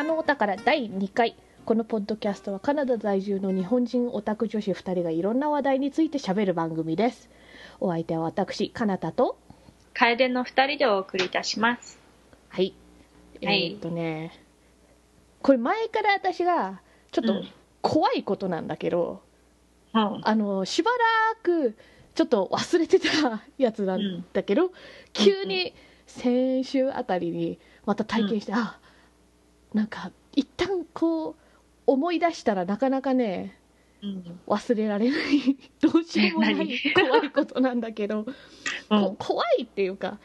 北のお宝第2回。このポッドキャストはカナダ在住の日本人オタク女子2人がいろんな話題について喋る番組です。お相手は私カナタと楓の2人でお送りいたします。 はい、これ前から私がちょっと怖いことなんだけど、しばらくちょっと忘れてたやつなんだけど、急に先週あたりにまた体験して、なんか一旦こう思い出したらなかなかね、忘れられないどうしようもない怖いことなんだけど、怖いっていうか、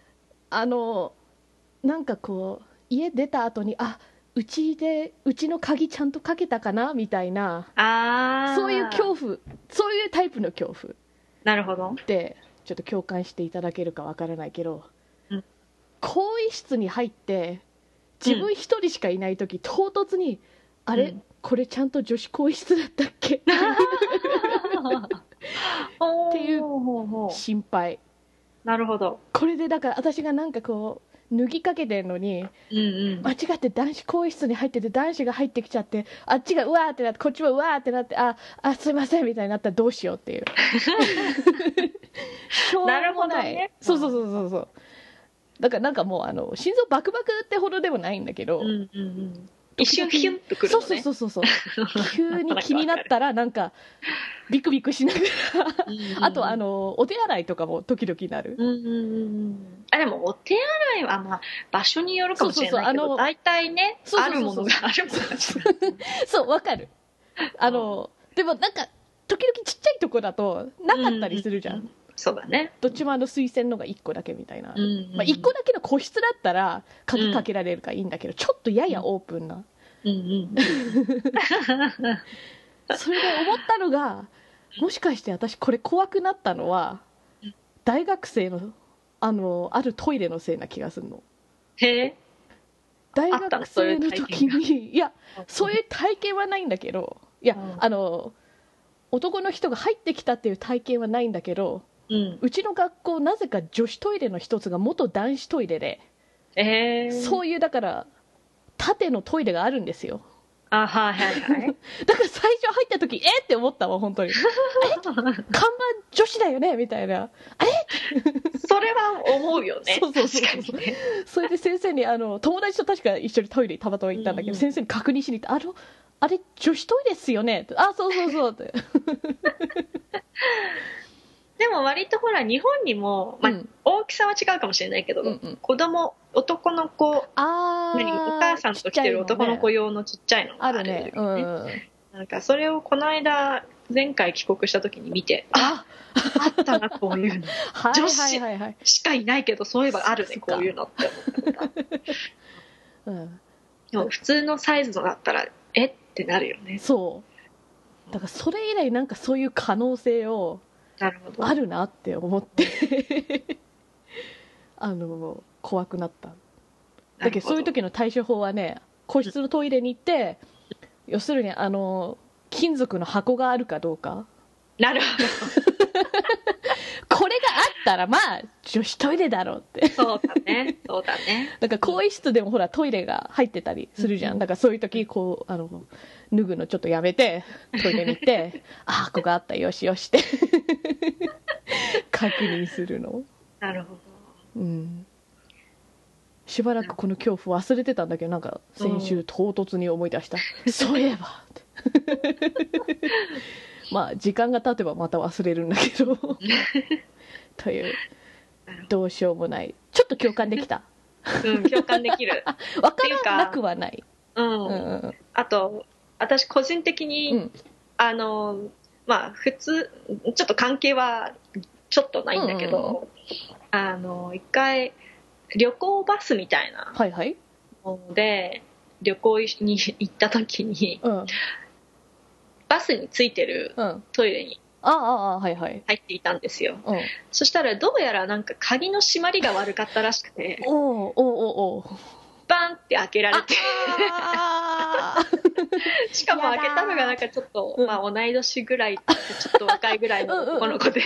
なんかこう家出た後にうちの鍵ちゃんとかけたかなみたいな、そういう恐怖、そういうタイプの恐怖。 なるほど。 でちょっと共感していただけるかわからないけど、更衣室に入って自分一人しかいない時、唐突にこれちゃんと女子更衣室だったっけっていう心配。 なるほど。 これでだから私がなんかこう脱ぎかけてるのに、間違って男子更衣室に入ってて、男子が入ってきちゃって、あっちがうわーってなってこっちもうわーってなって、すいませんみたいになったらどうしようっていうしょうもない。 なるほどね。 そうだからなんかもう心臓バクバクってほどでもないんだけど、 一瞬ヒュンとくるのね。 そう急に気になったらなんかビクビクしながらあとお手洗いとかも時々なる。 でもお手洗いは場所によるかもしれないけど、大体ね、あるものがあるものだしそう、わかる。でもなんか時々ちっちゃいとこだとなかったりするじゃん。 そうだね。 どっちも水洗のが1個だけみたいな、1個だけの個室だったら鍵かけられるからいいんだけど、ちょっとややオープンな、それで思ったのが、もしかして私これ怖くなったのは大学生のあるトイレのせいな気がするの。 へえ。 大学生の時に、いやそういう体験はないんだけど、いや、男の人が入ってきたっていう体験はないんだけど、うちの学校なぜか女子トイレの一つが元男子トイレで、そういうだから縦のトイレがあるんですよ。だから最初入った時って思ったわ本当に看板女子だよねみたいな、 それは思うよね。 それで先生に友達と確か一緒にトイレにたまたま行ったんだけど、先生に確認しに行って、あれ女子トイレっすよね、そうってでも割とほら日本にも、大きさは違うかもしれないけど、子供、男の子、お母さんと来てる男の子用のちっちゃいのがあるね。なんかそれをこの間前回帰国した時に見て、あったなこういうの女子しかいないけど、そういえばあるねこういうのって思った。でも普通のサイズのだったらってなるよね。 そうだからそれ以来なんかそういう可能性をあるなって思って怖くなった。だけどそういう時の対処法はね、個室のトイレに行って、要するに金属の箱があるかどうか。 なるほどこれがあったら女子トイレだろうって。 そうだねだから更衣室でもほらトイレが入ってたりするじゃん。だからそういう時こう脱ぐのちょっとやめてトイレに行ってここあった、よしよしって確認するの。 なるほど。 しばらくこの恐怖忘れてたんだけど、なんか先週唐突に思い出した、そういえばって時間が経てばまた忘れるんだけどというどうしようもない、ちょっと共感できた。 共感できる分からなくはない。 あと私個人的に、普通ちょっと関係はちょっとないんだけど、一回旅行バスみたいなので旅行に行った時に、バスについてるトイレに入っていたんですよ。そしたらどうやらなんか鍵の閉まりが悪かったらしくて、バンって開けられてしかも開けたのがなんかちょっと、同い年ぐらい、ちょっと若いぐらいの男の子で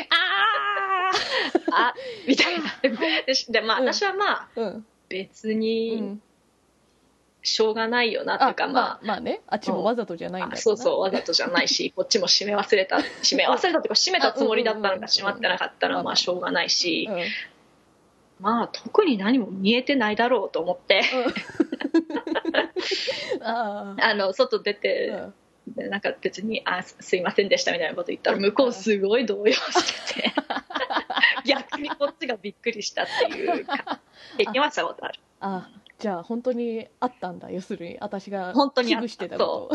みたいな。で私は別にしょうがないよなっていうか、 まあね、あっちもわざとじゃないんだろうな、 そうそう、わざとじゃないし、こっちも閉め忘れたっていうか、閉めたつもりだったのか閉まってなかったらまあしょうがないし、まあ特に何も見えてないだろうと思って、外出て、なんか別にすいませんでしたみたいなこと言ったら向こうすごい動揺してて逆にこっちがびっくりしたっていうか経験はしたことある。 じゃあ本当にあったんだ、要するに私が危惧してたこと。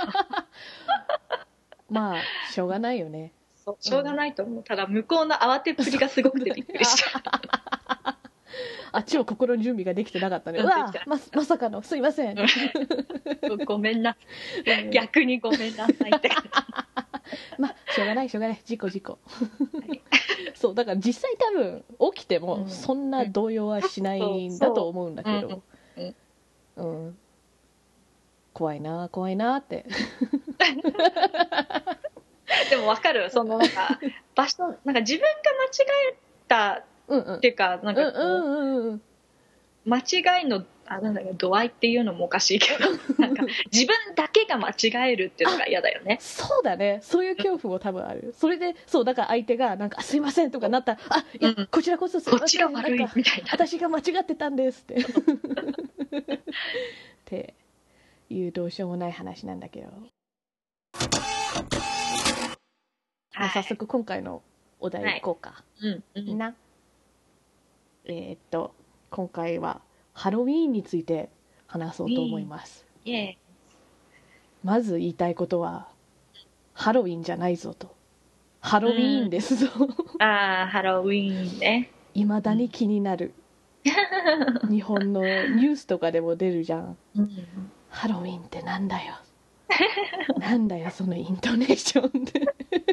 まあしょうがないよね。 そうしょうがないと思う、ただ向こうの慌てっぷりがすごくてびっくりしたあっちも心の準備ができてなかったね。うわ まさかのすいませんごめんな、逆にごめんなさいってまあしょうがない事故そうだから実際多分起きてもそんな動揺はしないんだと思うんだけど、怖いなってでも分かる、そのなんか場所、なんか自分が間違えたっていうか、なんかこう間違いのなんだろう、度合いっていうのもおかしいけどなんか自分だけが間違えるっていうのが嫌だよね。 そうだね、そういう恐怖も多分ある。それでそうだから相手がなんかすいませんとかなったら、いやこちらこそすいません、 こっちが悪いみたいな、 私が間違ってたんですってっていうどうしようもない話なんだけど、早速今回のお題いこうか、な。今回はハロウィーンについて話そうと思います。まず言いたいことはハロウィンじゃないぞと、ハロウィーンですぞ、 ハロウィーンね、 未だに気になる日本のニュースとかでも出るじゃん、ハロウィーンってなんだよなんだよそのイントネーションで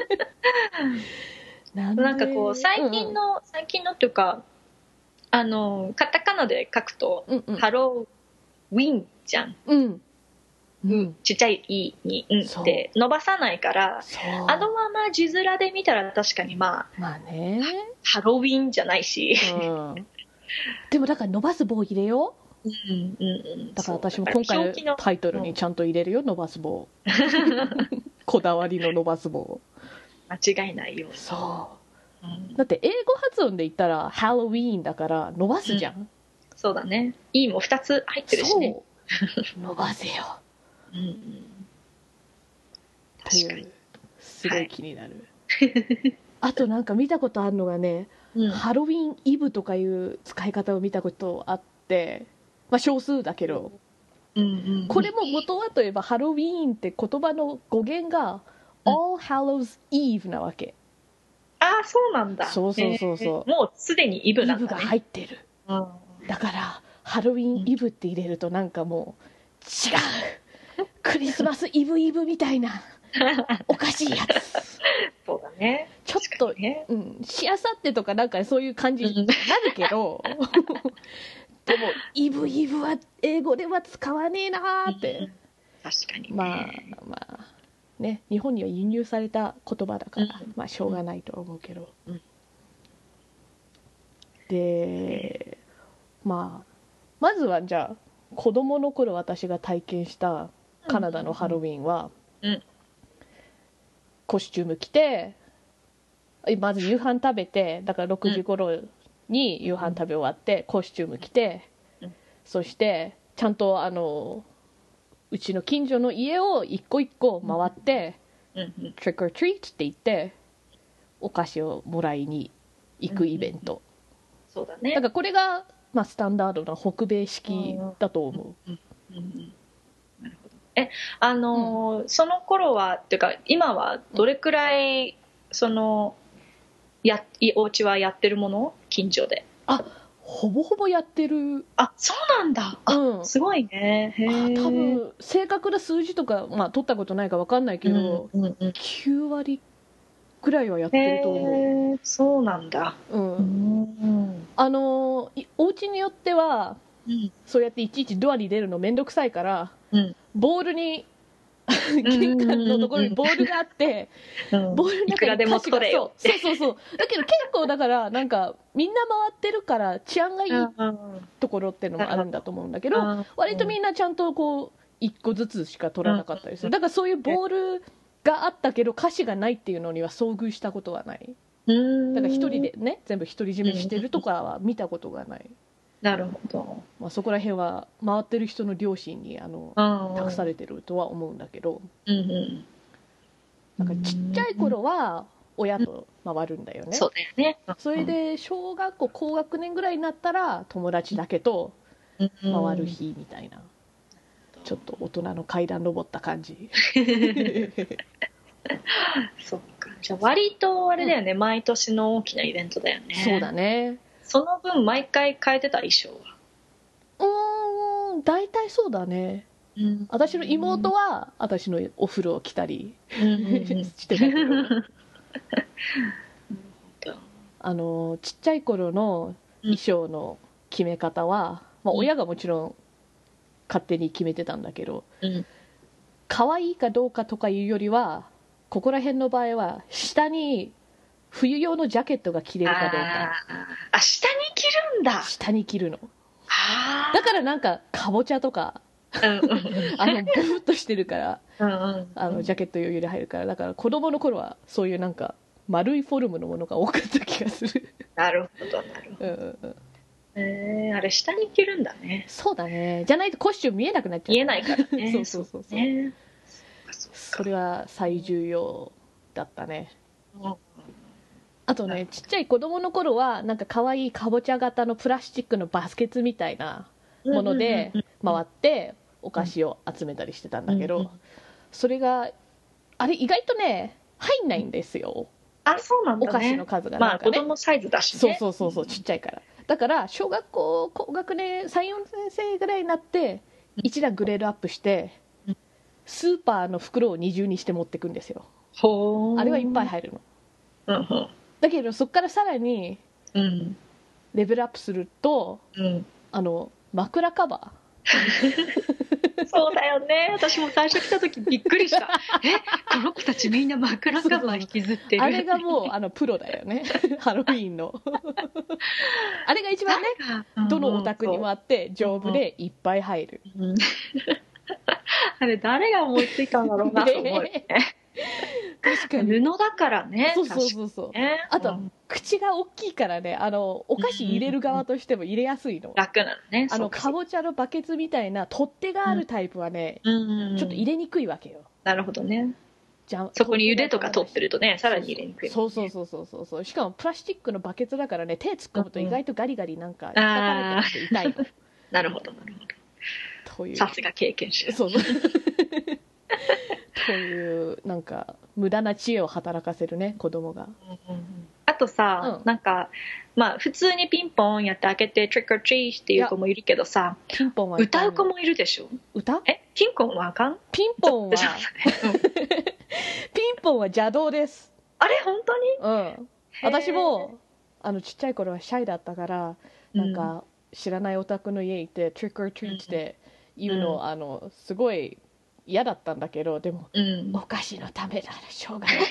なんかこう最近のっていうか、カタカナで書くと、ハロウィンじゃん、ちっちゃい「い」に「ん」って伸ばさないから、あのまま字面で見たら確かにまあね、ハロウィンじゃないし、 でもだから伸ばす棒入れよう、だから私も今回のタイトルにちゃんと入れるよ、伸ばす棒こだわりの伸ばす棒、 間違いないよ。 そうだって英語発音で言ったらハロウィーンだから伸ばすじゃん、 そうだね、いも2つ入ってるしね、 伸ばせよ、 確かにすごい気になるあとなんか見たことあるのがね、ハロウィンイブとかいう使い方を見たことあって、まあ少数だけど、これも元はといえばハロウィーンって言葉の語源が All Hallows Eve なわけ。 そうなんだ。 そうもうすでにイブなんだね。 イブが入ってる、だからハロウィンイブって入れるとなんかもう違うクリスマスイブイブみたいなおかしいやつそうだね、 ちょっと、しあさってとかなんかそういう感じになるけど、でもイブイブは英語では使わねえなーって、 確かにね、 まあね、日本には輸入された言葉だから、まあしょうがないとは思うけど、でまずはじゃあ子供の頃私が体験したカナダのハロウィンは、コスチューム着てまず夕飯食べて、だから6時頃に夕飯食べ終わってコスチューム着て、そしてちゃんとうちの近所の家を一個一個回って、Trick or treat って言ってお菓子をもらいに行くイベント、 そうだね、 だからこれが、まあ、スタンダードな北米式だと思う。 なるほど。その頃はっていうか今はどれくらいそのお家はやってるもの、近所で。 ほぼほぼやってる。 そうなんだ。すごいね。 多分正確な数字とか、まあ取ったことないか分かんないけど、9割くらいはやってると思う。 そうなんだ。 お家によっては、そうやっていちいちドアに出るのめんどくさいから、ボールに玄関のところにボールがあって、ボールの中に歌詞がそうだけど結構だからなんかみんな回ってるから治安がいいところっていうのもあるんだと思うんだけど、割とみんなちゃんとこう1個ずつしか取らなかったりする。だからそういうボールがあったけど歌詞がないっていうのには遭遇したことはない。だから一人でね全部独り占めしてるとかは見たことがない。 なるほど。 まあ、そこら辺は回ってる人の両親に託されてるとは思うんだけど、なんかちっちゃい頃は親と回るんだよね。 そうだよね。 それで小学校高学年ぐらいになったら友達だけと回る日みたいな、ちょっと大人の階段登った感じ。 そっか。じゃあ割とあれだよね、毎年の大きなイベントだよね。 そうだね。 その分毎回変えてた衣装は。 大体そうだね。私の妹は私のお風呂を着たりしてたけど、ちっちゃい頃の衣装の決め方は、まあ、親がもちろん勝手に決めてたんだけど、可愛いかどうかとかいうよりはここら辺の場合は下に冬用のジャケットが着れるかどうか。 下に着るんだ。 下に着るの。だからなんかかぼちゃとかブーっとしてるからジャケット余裕で入るから。だから子供の頃はそういうなんか丸いフォルムのものが多かった気がする。 なるほどなるほど。あれ下に着るんだね。 そうだね。じゃないとコスチューム見えなくなっちゃう。 見えないからね。 そう、それは最重要だったね。あとね、ちっちゃい子供の頃はなんか可愛いかぼちゃ型のプラスチックのバスケツみたいなもので回ってお菓子を集めたりしてたんだけど、それがあれ意外とね入んないんですよ。 そうなんだね。 お菓子の数がまあ子供サイズだしね。そうちっちゃいから。だから小学校高学年 3,4 年生ぐらいになって一段グレードアップしてスーパーの袋を二重にして持ってくんですよ。あれはいっぱい入るの。だけどそこからさらにレベルアップすると、枕カバーそうだよね。私も最初来た時びっくりした。この子たちみんな枕カバー引きずってる。 あれがもうプロだよね。ハロウィーンのあれが一番ね、どのお宅にもあって丈夫でいっぱい入る。 あれ誰が思いついたんだろうなと思うね。 確かに布だからね。 そう、あと、口が大きいからね、お菓子入れる側としても入れやすいの。 楽なのね。 かぼちゃのバケツみたいな取っ手があるタイプはね、ちょっと入れにくいわけよ。 なるほどね。そこに茹でとか取ってるとね、さらに入れにくい。 そう。しかもプラスチックのバケツだからね、手突っ込むと意外とガリガリなんか引っかかれて痛いの。 なるほど。さすが経験者。そうというなんか無駄な知恵を働かせるね子供が。 あとさ、なんかまあ普通にピンポンやって開けて Trick or Treat っていう子もいるけどさ、 ピンポンは歌う子もいるでしょ。ピンポンはあかん？ ピンポンはピンポンは邪道です。 あれ本当に？私もちっちゃい頃はシャイだったからなんか知らないお宅の家行って Trick or Treat っていうのすごい嫌だったんだけど、でも、お菓子のためならしょうがない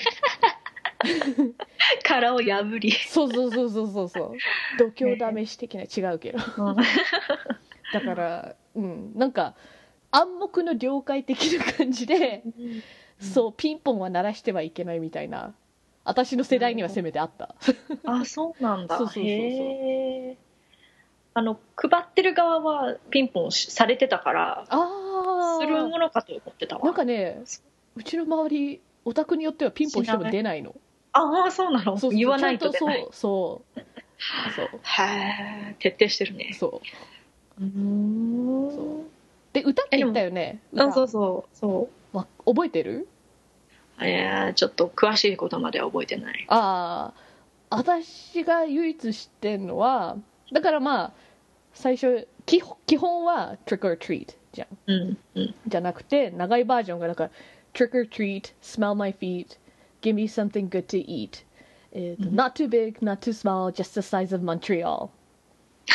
殻を破り。 そう度胸試し的な違うけどだからなんか暗黙の了解的な感じで、そうピンポンは鳴らしてはいけないみたいな、私の世代にはせめてあったそうなんだ。へえ。配ってる側はピンポンされてたからするものかと思ってたわ。 なんかね、うちの周りお宅によってはピンポンしても出ないの。 そうなの。言わないと出ない。 そうへえ、徹底してるね。 そうで歌って言ったよね。 そう覚えてる？ ちょっと詳しいことまでは覚えてない。 私が唯一知ってんのは、だからまあ最初基本は Trick or Treat じゃん、じゃなくて長いバージョンがなんか Trick or Treat, Smell my feet, Give me something good to eat, Not too big, not too small, just the size of Montreal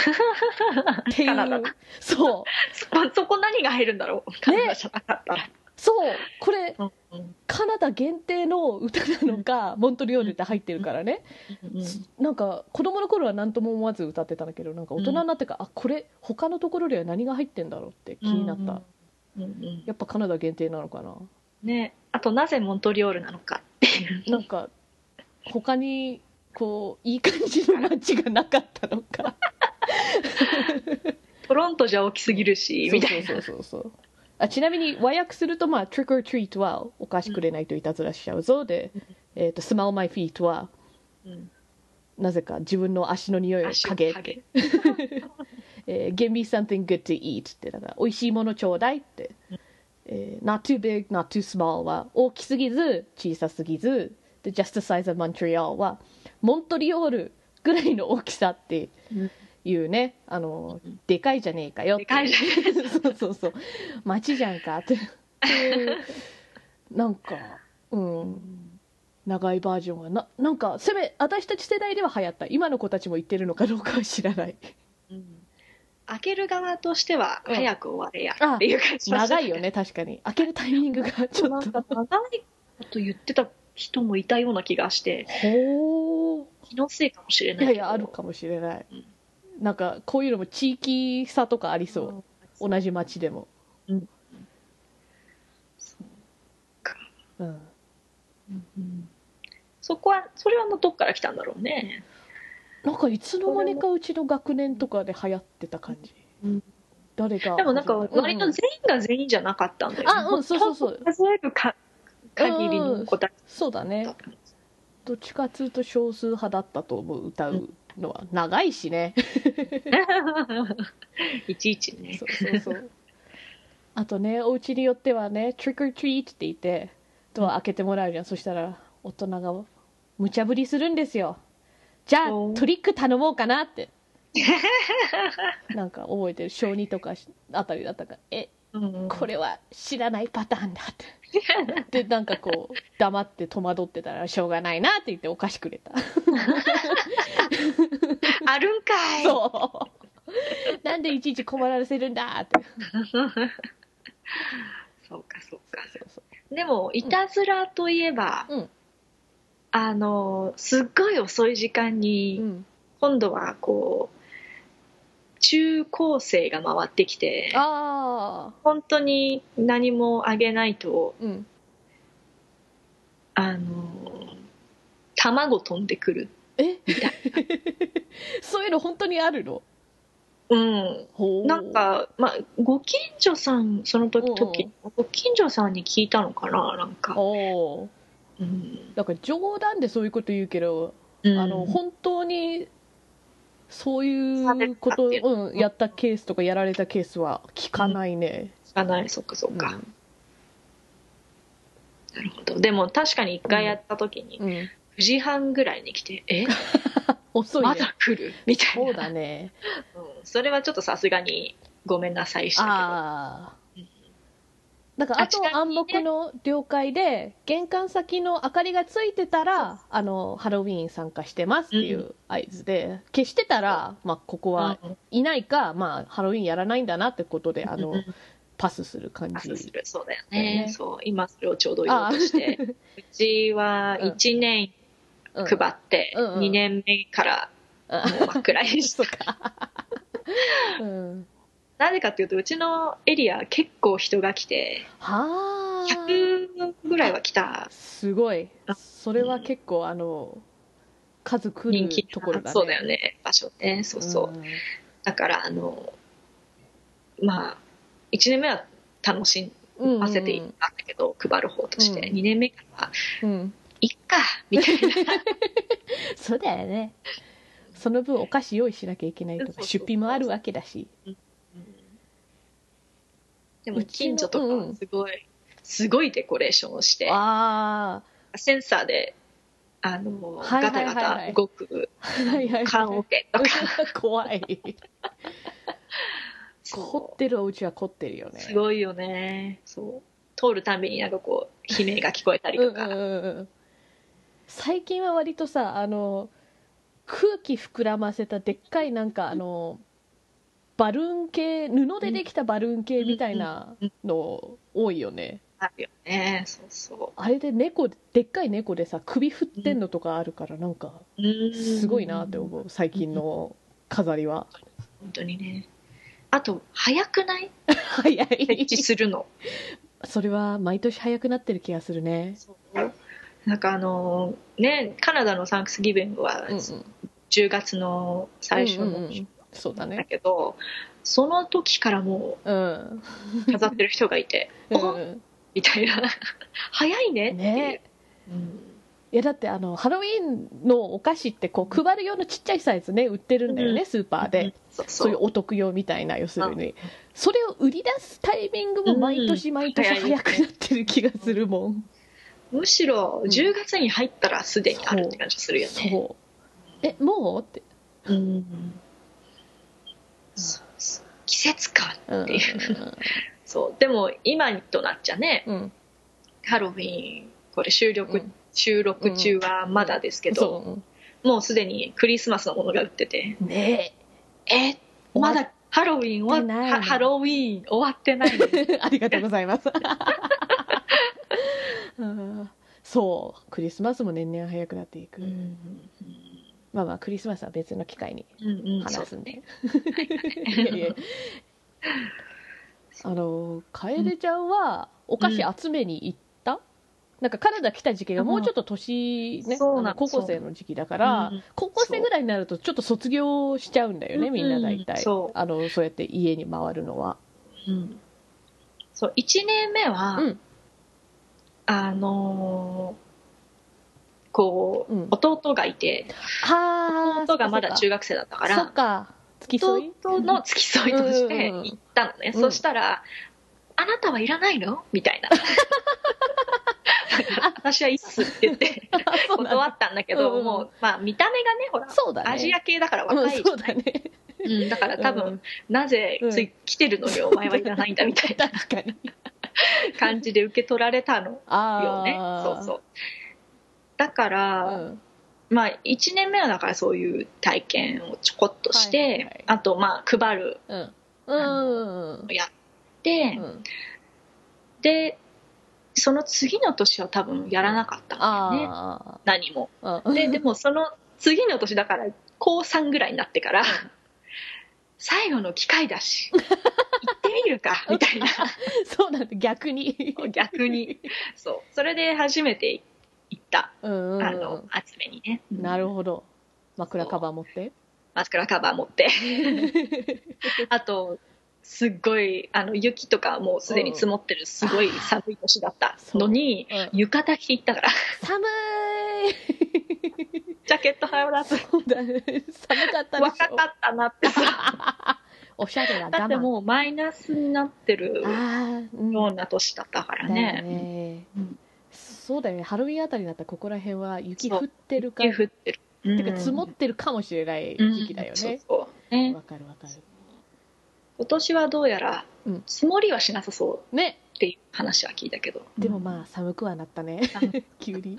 っていう。そこ何が入るんだろう。カナダじゃなかったら。 そうこれうんうん、 カナダ限定の歌なのか、モントリオールって入ってるからね、なんか子供の頃は何とも思わず歌ってたんだけど、なんか大人になってから、あこれ他のところでは何が入ってんだろうって気になった、やっぱカナダ限定なのかなね。あとなぜモントリオールなのかっていうなんか他にこういい感じの街がなかったのかトロントじゃ大きすぎるしみたいな。 そうあ、ちなみに和訳すると、まあ、Trick or Treat はお菓子くれないといたずらしちゃうぞで、Smell My Feet は、なぜか自分の足の匂いを嗅げってGive me something good to eat ってだから美味しいものちょうだいって、Not too big, not too small は大きすぎず小さすぎずで Just the size of Montreal はモントリオールぐらいの大きさっていうね、でかいじゃねえかよって、でかいじゃねえそう街じゃんかってなんか長いバージョンがなんか私たち世代では流行った。今の子たちも言ってるのかどうかは知らない、 開ける側としては早く終われやっていう感じ、 長いよね確かに開けるタイミングがちょっと長いこと言ってた人もいたような気がして、気のせいかもしれないけど。 いやあるかもしれない、なんかこういうのも地域差とかありそう、同じ町でも。 そうか。それはどっから来たんだろうね。 なんかいつの間にかうちの学年とかで流行ってた感じ。誰が。 でもなんか割と全員が全員じゃなかったんだよね。そう数える限りの子たち。 そうだね。どっちかというと少数派だったと思う、歌うのは。長いしね。 いちいちね。 そうあとね、お家によってはね、Trick or Treat って言って、ドア開けてもらうじゃん。そしたら、大人が無茶ぶりするんですよ。じゃあ、トリック頼もうかなって。なんか覚えてる。小2とかあたりだったから、これは知らないパターンだって。で、なんかこう、黙って戸惑ってたら、しょうがないなって言ってお菓子くれた。 あるんかい。 そう。なんでいちいち困らせるんだって。 そうか。でもいたずらといえば、すっごい遅い時間に、今度はこう中高生が回ってきて、本当に何もあげないと、卵飛んでくるみたいな。 そういうの本当にあるの？ なんか、まあ、ご近所さん、その時ご近所さんに聞いたのかな、なんか。 だから冗談でそういうこと言うけど、本当にそういうこと、やったケースとかやられたケースは聞かないね。 聞かない、そっか。なるほど。でも確かに1回やった時に、9時半ぐらいに来て、遅いね、まだ来るみたいな。 そうだね、 それはちょっとさすがにごめんなさいしたけど。 だからあと暗黙の了解で、玄関先の明かりがついてたらハロウィーン参加してますっていう合図で、消してたら、まあ、ここはいないか、まあ、ハロウィーンやらないんだなってことでパスする感じ。 そうだよね。そう今それをちょうど言おうとしてうちは1年配って、2年目からもう真っ暗にしたなぜかっていうと、うちのエリア結構人が来て、100ぐらいは来た。 すごい。それは結構数来るところだね。 そうだよね、場所ね。そうだからまあ1年目は楽しませていったんだけど、配る方として、2年目からいっかみたいな。 そうだよね。その分お菓子用意しなきゃいけないとか、出費もあるわけだし。 でも近所とかはすごいデコレーションをして、センサーでガタガタ動く棺桶とか怖い。凝ってるお家は凝ってるよね。 すごいよね。そう通るたびになんかこう悲鳴が聞こえたりとか。 最近は割とさ、空気膨らませたでっかいなんかバルーン系、布でできたバルーン系みたいなの多いよね。 あるよね。そうそあれででっかい猫でさ首振ってんのとかあるから、なんかすごいなって思う、最近の飾りは。 本当にね。あと早くない？ 早い。 設置するの。 それは毎年早くなってる気がするね。 そうなんかね、カナダのサンクスギビングは10月の最初のそうだね。 だけど、その時からもう飾ってる人がいて、おみたいな早いねっていう。ね、 いやだってハロウィンのお菓子ってこう配る用のちっちゃいサイズね売ってるんだよね、スーパーで、そういうお得用みたいな、要するにそれを売り出すタイミングも毎年毎年早くなってる気がするもん。 むしろ10月に入ったらすでにあるって感じするよね。 そうもうって、 季節感っていう、そうでも今となっちゃね、ハロウィンこれ収録中はまだですけど、もうすでにクリスマスのものが売っててねえまだハロウィンはハロウィン終わってないありがとうございますそうクリスマスも年々早くなっていく、まあまあクリスマスは別の機会に話すんで、楓ちゃんはお菓子集めに行った、なんかカナダ来た時期がもうちょっと年ね、高校生の時期だから、高校生ぐらいになるとちょっと卒業しちゃうんだよね、みんな大体、そうやって家に回るのは。 そう1年目は、こう、弟がいて、弟がまだ中学生だったから、 そっか、 弟の付き添いとして行ったのね。そしたら、あなたはいらないのみたいな。私はいいっすって言って断ったんだけど、もう、まあ見た目がね、ほら、アジア系だから若いじゃない。だから多分、なぜ来てるのにお前はいらないんだみたいな感じで受け取られたのよね。そうそう。だから、まあ1年目はだからそういう体験をちょこっとして、あとまあ配る、やって、でその次の年は多分やらなかったんだよね、何も。でもその次の年だから高3ぐらいになってから、最後の機会だし行ってみるかみたいなそうなんだ、逆にそうそれで初めて行った、集めにね。 なるほど。枕カバー持ってあとすっごい雪とかもうすでに積もってるすごい寒い年だったのに、浴衣着て行ったから寒いジャケット羽織らず。 そうだね、寒かったでしょ。 若かったなってさおしゃれな我慢。 だってもうマイナスになってるような年だったからね。 そうだよね、ハロウィンあたりだったらここら辺は雪降ってるか、 雪降ってる、 てか積もってるかもしれない時期だよね。わかるわかる。 今年はどうやら積もりはしなさそうねっていう話は聞いたけど、 でもまあ寒くはなったね急に。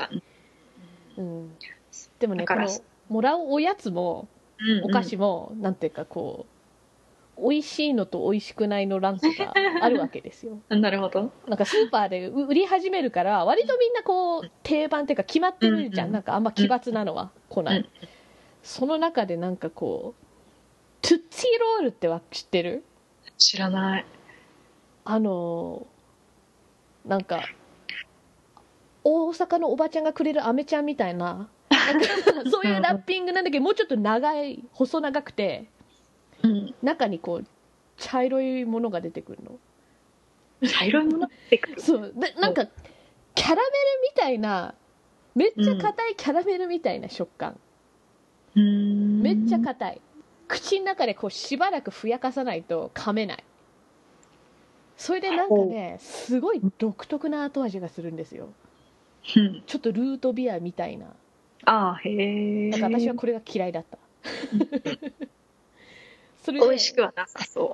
でもね、このもらうおやつもお菓子もなんていうかこう美味しいのと美味しくないのランクがあるわけですよなるほど。 なんかスーパーで売り始めるから割とみんなこう定番っていうか決まってるじゃん、なんかあんま奇抜なのは来ない、その中でなんかこうトゥッツィロールって知ってる？ 知らない。 なんか大阪のおばちゃんがくれるアメちゃんみたいな、なんかそういうラッピングなんだけどもうちょっと細長くて、中にこう茶色いものが出てくるの。 茶色いもの出てくる。 そうでなんかキャラメルみたいな、めっちゃ硬いキャラメルみたいな食感、めっちゃ硬い。口の中でこうしばらくふやかさないと噛めない。それでなんかねすごい独特な後味がするんですよ、ちょっとルートビアみたいな。 へえ。 だから私はこれが嫌いだったそれ美味しくはなさそう、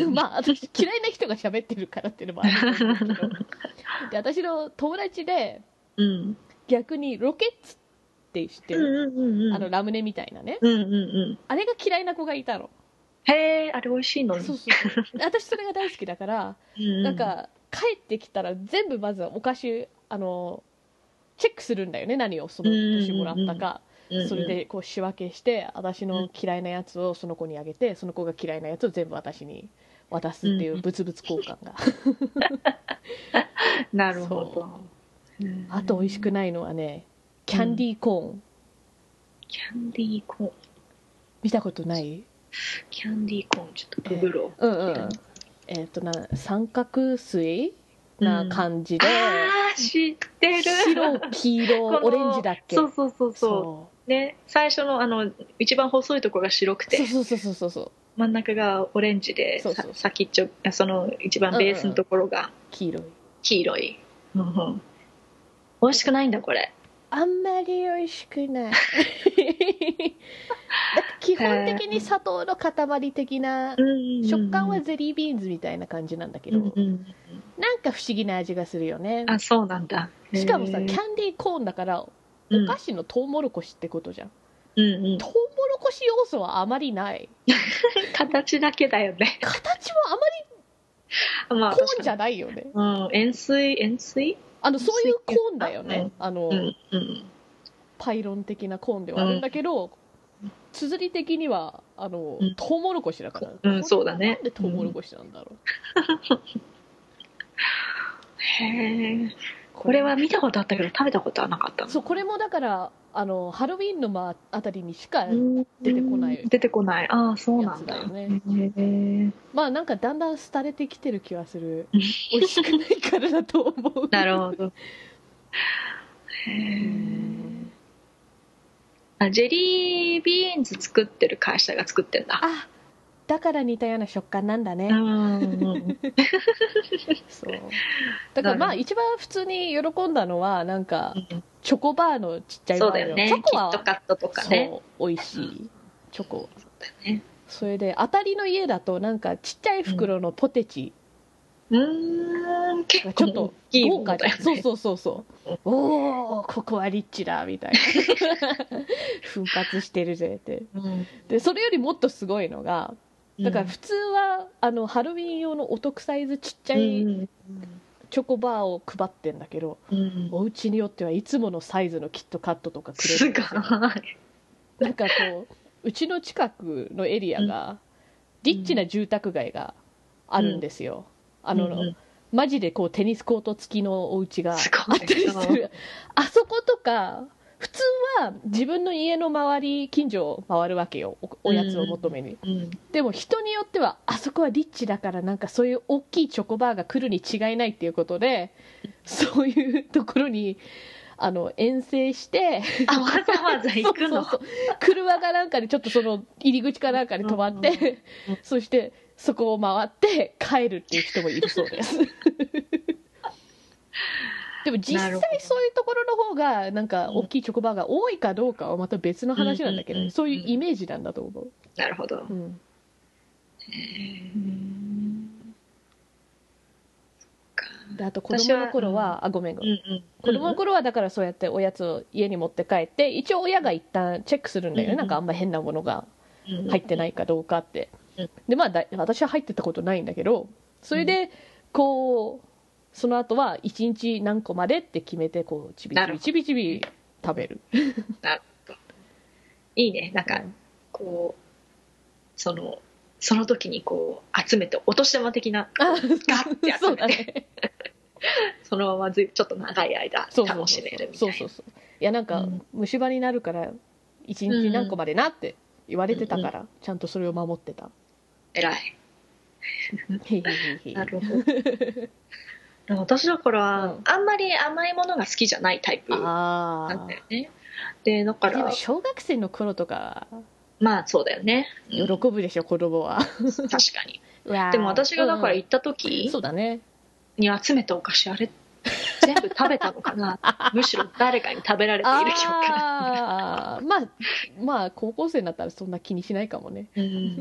まあ私嫌いな人が喋ってるからっていうのもあるんですけどで私の友達で、逆にロケッツって知ってる、ラムネみたいなね、あれが嫌いな子がいたの。 へえ、あれ美味しいのに。 そう私それが大好きだから、なんか帰ってきたら全部まずお菓子チェックするんだよね、何をその年もらったか、それでこう仕分けして私の嫌いなやつをその子にあげて、その子が嫌いなやつを全部私に渡すっていう物々交換がなるほど。 あと美味しくないのはね、キャンディーコーン、 キャンディーコーン見たことない？ キャンディーコーンちょっとググろう。 三角錐な感じで、 知ってる。 白、黄色、オレンジだっけ？ そうね、最初の一番細いところが白くて、 そう真ん中がオレンジで、先っちょその一番ベースのところが黄色い、美味しくないんだこれ。 あんまり美味しくない基本的に砂糖の塊的な、食感はゼリービーンズみたいな感じなんだけど、なんか不思議な味がするよね。 あ、そうなんだ。 しかもさ、キャンディーコーンだからお菓子のトウモロコシってことじゃん、トウモロコシ要素はあまりない形だけだよね。 形はあまりコーンじゃないよね、 円錐そういうコーンだよね、パイロン的なコーンではあるんだけど、綴り的にはトウモロコシだから、 そうだね。 なんでトウモロコシなんだろう、 へえ。これは見たことあったけど食べたことはなかったの。 そう、これもだからハロウィンのあたりにしか出てこないああ、そうなんだよね。まあなんかだんだん廃れてきてる気はする美味しくないからだと思うなるほど。へえ。ジェリービーンズ作ってる会社が作ってんだ。 あ、だから似たような食感なんだね。そうだからまあ一番普通に喜んだのはなんかチョコバーのちっちゃいバージョン。 そうだよね。チョコはキットカットとかね、 そう美味しいチョコ。そうだね。それで当たりの家だとなんかちっちゃい袋のポテチ、 結構ちょっと豪華で、そうおおここはリッチだみたいな奮発してるぜって、でそれよりもっとすごいのが、だから普通はハロウィン用のお得サイズちっちゃいチョコバーを配ってんだけど、お家によってはいつものサイズのキットカットとかくれるんですよ。なんかこうちの近くのエリアがリッチな住宅街があるんですよ。マジでこうテニスコート付きのお家があったりする。あそことか普通は自分の家の周り近所を回るわけよ、おやつを求めに、でも人によってはあそこはリッチだからなんかそういう大きいチョコバーが来るに違いないっていうことで、そういうところに遠征してわざわざ行くの。 そう車がなんかでちょっとその入り口かなんかに止まって、そしてそこを回って帰るっていう人もいるそうですでも実際そういうところの方がなんか大きいチョコバーが多いかどうかはまた別の話なんだけど、そういうイメージなんだと思う。 なるほど。 であと子供の頃はごめん、子供の頃はだからそうやっておやつを家に持って帰って一応親が一旦チェックするんだよね、なんかあんま変なものが入ってないかどうかって、でまあ私は入ってたことないんだけど、それでこうその後は1日何個までって決めてこうちびちび食べるなるほど。いいね。なんかこうその時にこう集めてお年玉的なガッて集めてそのままちょっと長い間楽しめるみたいな。いやなんか虫歯になるから1日何個までなって言われてたから、ちゃんとそれを守ってた。 偉いなるほど。私だから、あんまり甘いものが好きじゃないタイプなんだよね。でだから小学生の頃とかまあそうだよね、 喜ぶでしょ子供は確かにでも私がだから行った時そうだねに集めたお菓子あれ全部食べたのかなむしろ誰かに食べられている記憶がまあ高校生になったらそんな気にしないかもね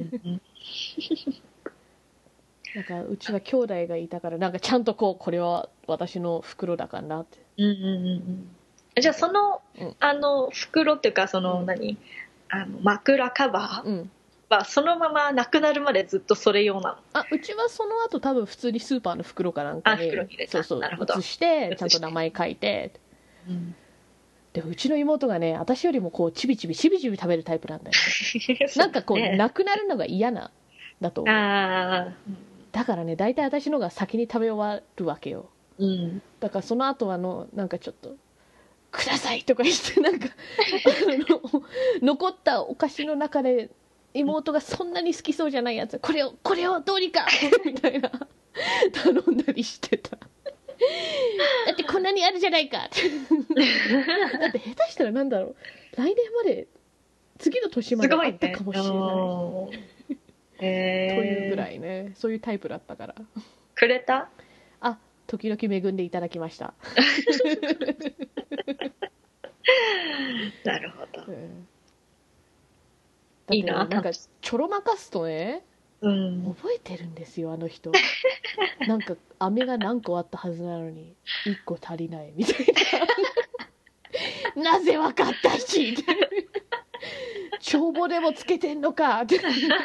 なんかうちは兄弟がいたからなんかちゃんとこれは私の袋だからなって、 じゃあその、袋っていうかその、枕カバーはそのままなくなるまでずっとそれ用なの？ うちはその後多分普通にスーパーの袋かなんかに袋に入れた。 そうなるほど。 移してちゃんと名前書いて、でうちの妹がね私よりもこうちびちび食べるタイプなんだよなんかこうなくなるのが嫌なだと思う。だからね大体私のが先に食べ終わるわけよ、だからその後はなんかちょっとくださいとか言ってなんか残ったお菓子の中で妹がそんなに好きそうじゃないやつこれをどうにかみたいな頼んだりしてただってこんなにあるじゃないかだって下手したらなんだろう来年まで次の年まであったかもしれない、というぐらいねそういうタイプだったからくれた？ 時々恵んでいただきましたなるほど、 いいな。なんかちょろまかすとね、覚えてるんですよあの人なんか飴が何個あったはずなのに1個足りないみたいななぜわかったし帳簿でもつけてんのかって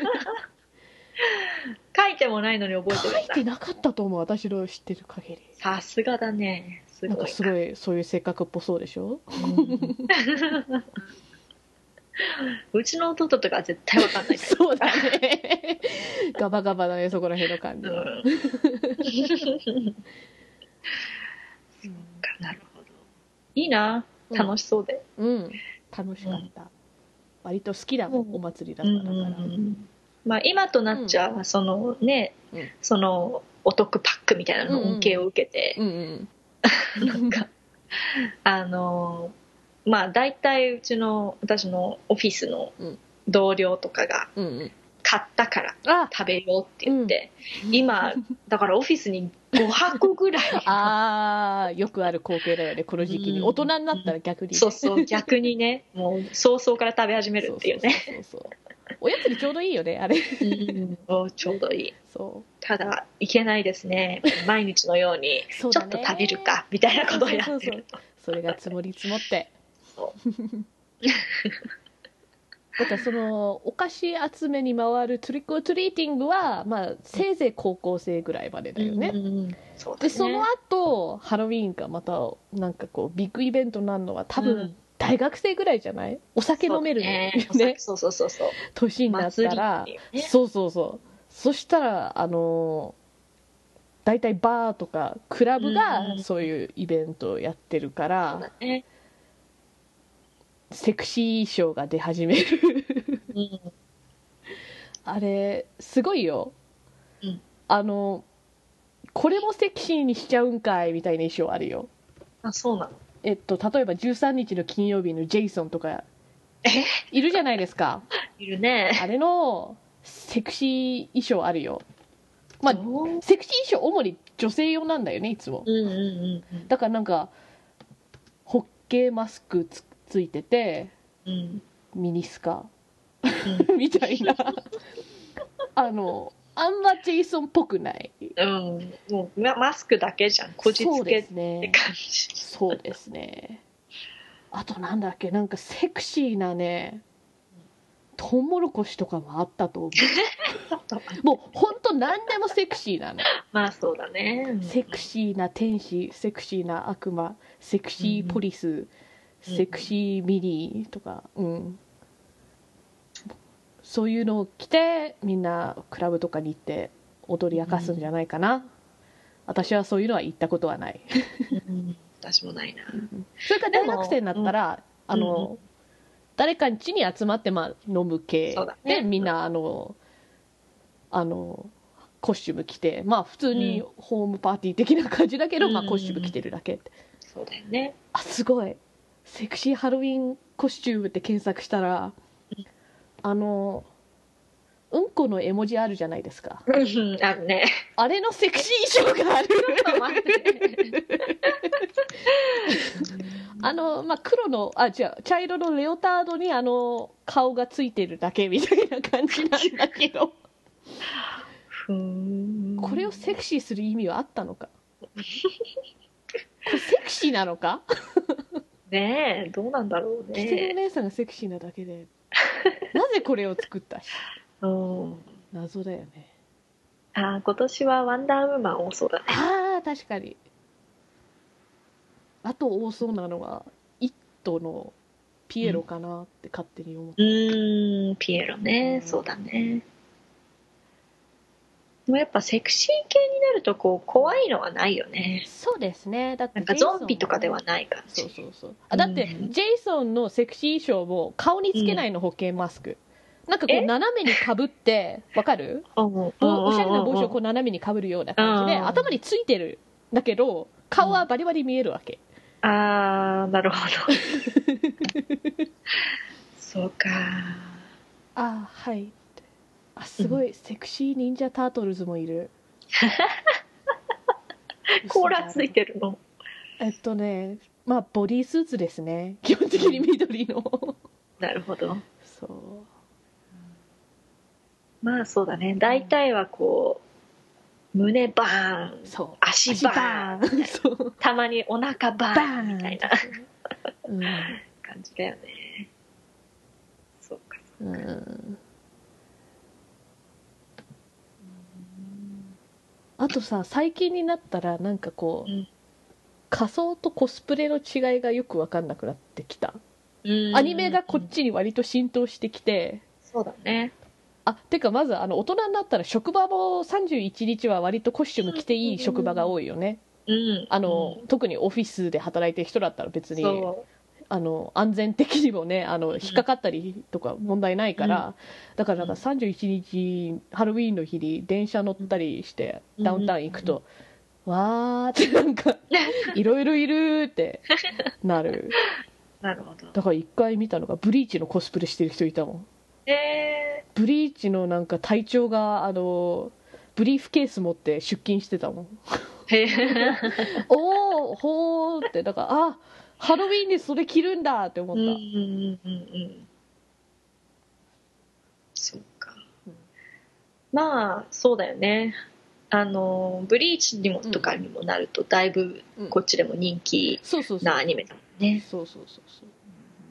書いてもないのに覚えてるんだ。 書いてなかったと思う私の知ってる限り。 さすがだね。すごいな。 なんかすごいそういう性格っぽそうでしょ、 うちの弟とか絶対わかんないからそうだねガバガバだねそこら辺の感じは、 なるほど。いいな、楽しそうで。 楽しかった、割と好きなお祭りだったから、 まあ、今となっちゃそのね、そのお得パックみたいなの恩恵を受けて、なんかまあ大体私のオフィスの同僚とかが買ったから食べようって言って、今だからオフィスに5箱ぐらいよくある光景だよねこの時期に、大人になったら逆に、 そう逆にねもう早々から食べ始めるっていうね。 そうおやつにちょうどいいよねあれちょうどいい。ただいけないですね毎日のようにちょっと食べるかみたいなことをやってるとそれが積もり積もってだからそのお菓子集めに回るトリックオアトリーティングは、まあ、せいぜい高校生ぐらいまでだよね、でその後ハロウィーンがまたなんかこうビッグイベントになるのは多分、大学生ぐらいじゃない？お酒飲めるのね。 そう年になったら、そしたら大体バーとかクラブがそういうイベントをやってるから、セクシー衣装が出始めるあれすごいよ、これもセクシーにしちゃうんかいみたいな衣装あるよ。 そうなの？ 例えば13日の金曜日のジェイソンとかいるじゃないですかいるね。 あれのセクシー衣装あるよ。まあセクシー衣装主に女性用なんだよねいつも、だからなんかホッケーマスクついてて、ミニスカ、みたいなあんまジェイソンっぽくない、 もうマスクだけじゃんこじつけって感じ。 そうですね。あとなんだっけなんかセクシーなねトウモロコシとかもあったと思うもうほんと何でもセクシーなの。 まあそうだね、 セクシーな天使セクシーな悪魔セクシーポリス、セクシーミニとか、そういうのを着てみんなクラブとかに行って踊り明かすんじゃないかな、私はそういうのは行ったことはない私もないな、 それから大学生になったら誰かん家に集まってまあ飲む系で、みんなコスチューム着てまあ普通にホームパーティー的な感じだけど、まあコスチューム着てるだけって、 そうだよね。 すごいセクシーハロウィンコスチュームって検索したらうんこの絵文字あるじゃないですか、 あるね。 あれのセクシー衣装があるまあ、黒の茶色のレオタードに顔がついてるだけみたいな感じなんだけどこれをセクシーする意味はあったのかこれセクシーなのかねえどうなんだろうね。 着てるお姉さんがセクシーなだけでなぜこれを作ったしうん。 謎だよね。 今年はワンダーウーマン多そうだね。 確かに。あと多そうなのは「イット!」のピエロかなって勝手に思って、 ピエロね、そうだね。でもやっぱセクシー系になるとこう怖いのはないよね。 そうですね。だってなんかゾンビとかではない感じ。 そうだってジェイソンのセクシー衣装も顔につけないの、保険マスク。なんかこう斜めにかぶって、わかる？おしゃれな帽子をこう斜めにかぶるような感じで、頭についてるんだけど顔はバリバリ見えるわけ。 なるほど。そうか。 はい。すごい、セクシー忍者タートルズもいる。 甲羅ついてるの？ まあボディースーツですね、基本的に緑の。 なるほど。 そう。 まあそうだね、大体はこう胸バーン、足バーン、そうたまにお腹バーンみたいな感じだよね。そうかそうか。 あとさ、最近になったらなんかこう、仮装とコスプレの違いがよく分かんなくなってきた。アニメがこっちに割と浸透してきて。 そうだね。 てかまず大人になったら職場も31日は割とコスチューム着ていい職場が多いよね。特にオフィスで働いてる人だったら別に安全的にもね引っかかったりとか問題ないから、だからなんか31日ハロウィーンの日に電車乗ったりしてダウンタウン行くと、わーってなんかいろいろいるってなる。 なるほど。 だから一回見たのがブリーチのコスプレしてる人いたもん。ブリーチのなんか隊長がブリーフケース持って出勤してたもん。おーほーって、だからハロウィーンにそれ着るんだって思った。 そうか。まあそうだよね。ブリーチにもとかにもなるとだいぶこっちでも人気なアニメだもんね。 そうそうそうそう。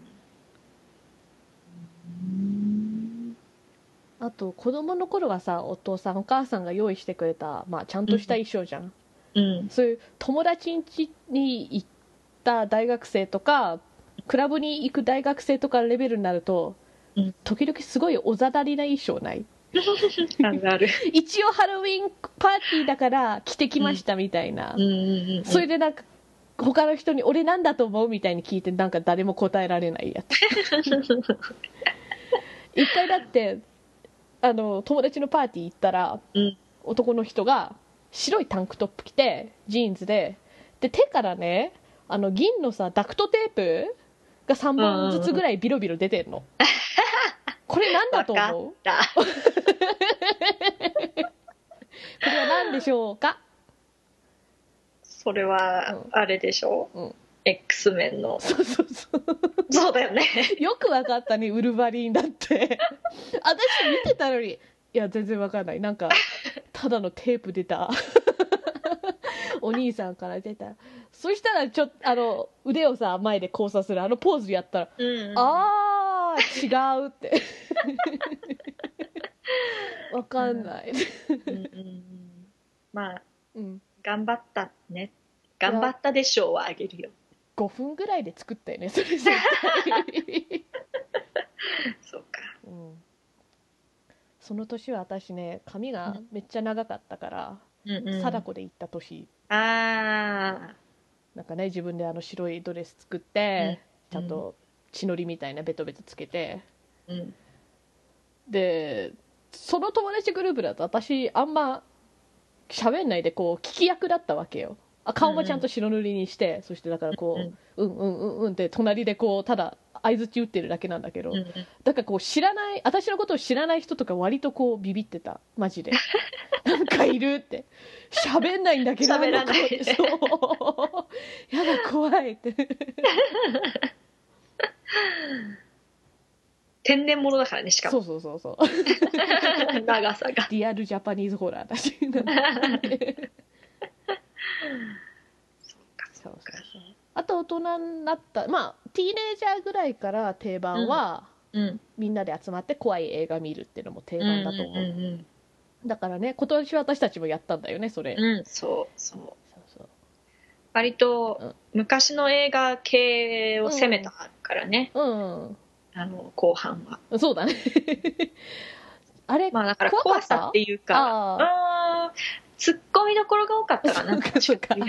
あと子供の頃はさ、お父さんお母さんが用意してくれた、まあ、ちゃんとした衣装じゃん、そういう友達ん家に行った大学生とかクラブに行く大学生とかレベルになると、時々すごいおざなりな衣装ない？ ある一応ハロウィンパーティーだから着てきましたみたいな、それでなんか他の人に俺なんだと思うみたいに聞いてなんか誰も答えられないやつ。一回だって友達のパーティー行ったら、男の人が白いタンクトップ着てジーンズで手からね銀のさダクトテープが3本ずつぐらいビロビロ出てんの。これなんだと思う？これは何でしょうか？ それはあれでしょう、X メンの。そうだよね。 よくわかったね、ウルヴァリンだって。私見てたのに、いや全然わかんない。なんかただのテープ出た。お兄さんから出た。そしたらちょっと腕をさ前で交差するポーズやったら、違うってわかんない。 まあ、頑張ったね。頑張ったでしょうはあげるよ。 5分ぐらいで作ったよね、それ絶対。 そうか。 その年は私ね、髪がめっちゃ長かったから、貞子で行った年。なんかね、自分で白いドレス作って、ちゃんと血のりみたいなベトベトつけて、でその友達グループだと私あんま喋んないでこう聞き役だったわけよ。顔もちゃんと白塗りにして、そしてだからこう、うんって隣でこうただ相づち打ってるだけなんだけど、だからこう私のことを知らない人とか割とこうビビってた、マジで。なんかいるって喋んないんだけど、 喋らない、 そう、やだ怖いって天然物だからね、しかも。 そう長さがリアルジャパニーズホラーだし。そうあと大人になった、まあティーネイジャーぐらいから定番は、 みんなで集まって怖い映画見るっていうのも定番だと思う。だからね、今年私たちもやったんだよね、それ。 そう割と昔の映画系を攻めたからね、後半は。 そうだね。あれ、 まあだから怖さっていうか、ツッコミどころが多かったかな。 そうか。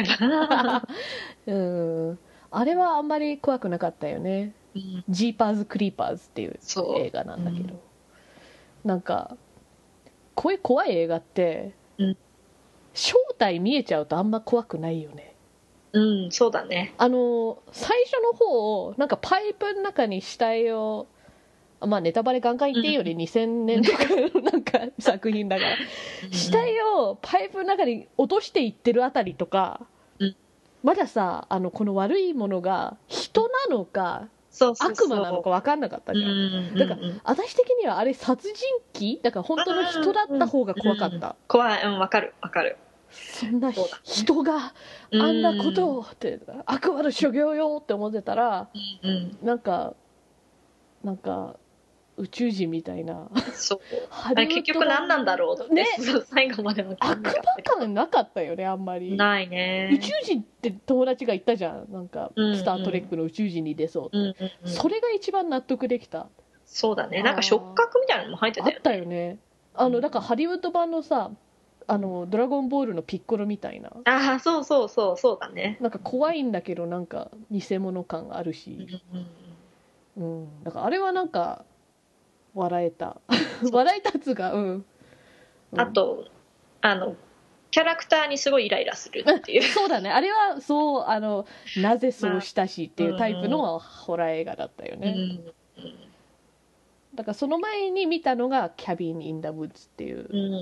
あれはあんまり怖くなかったよね。ジーパーズ・クリーパーズっていう映画なんだけど、なんかこういう怖い映画って、正体見えちゃうとあんま怖くないよね。 そうだね。 最初の方なんかパイプの中に死体を、まあネタバレガンガン言っていいより2000年とかのなんか作品だから死体をパイプの中に落としていってるあたりとか、まださこの悪いものが人なのか悪魔なのか分かんなかったじゃん。だから私的にはあれ殺人鬼だから本当の人だった方が怖かった。 怖い。分かるそんな人があんなことをって悪魔の所業よって思ってたら、なんか宇宙人みたいな。 そうあれ結局何なんだろうって、ね、最後まで分かんなかったけど。 悪魔感なかったよねあんまり。 ないね。 宇宙人って友達が言ったじゃん、なんか、スター・トレックの宇宙人に出そうって、それが一番納得できた。 そうだね、なんか触覚みたいなのも入ってたよね。 あったよね。だからハリウッド版のさドラゴンボールのピッコロみたいな。 そうだね。 なんか怖いんだけどなんか偽物感があるし、だからあれはなんか笑えた笑えたっつうか、 あとキャラクターにすごいイライラするっていうそうだね、あれはそうなぜそうしたしっていうタイプのホラー映画だったよね。だからその前に見たのがキャビン・イン・ダ・ウッズっていう、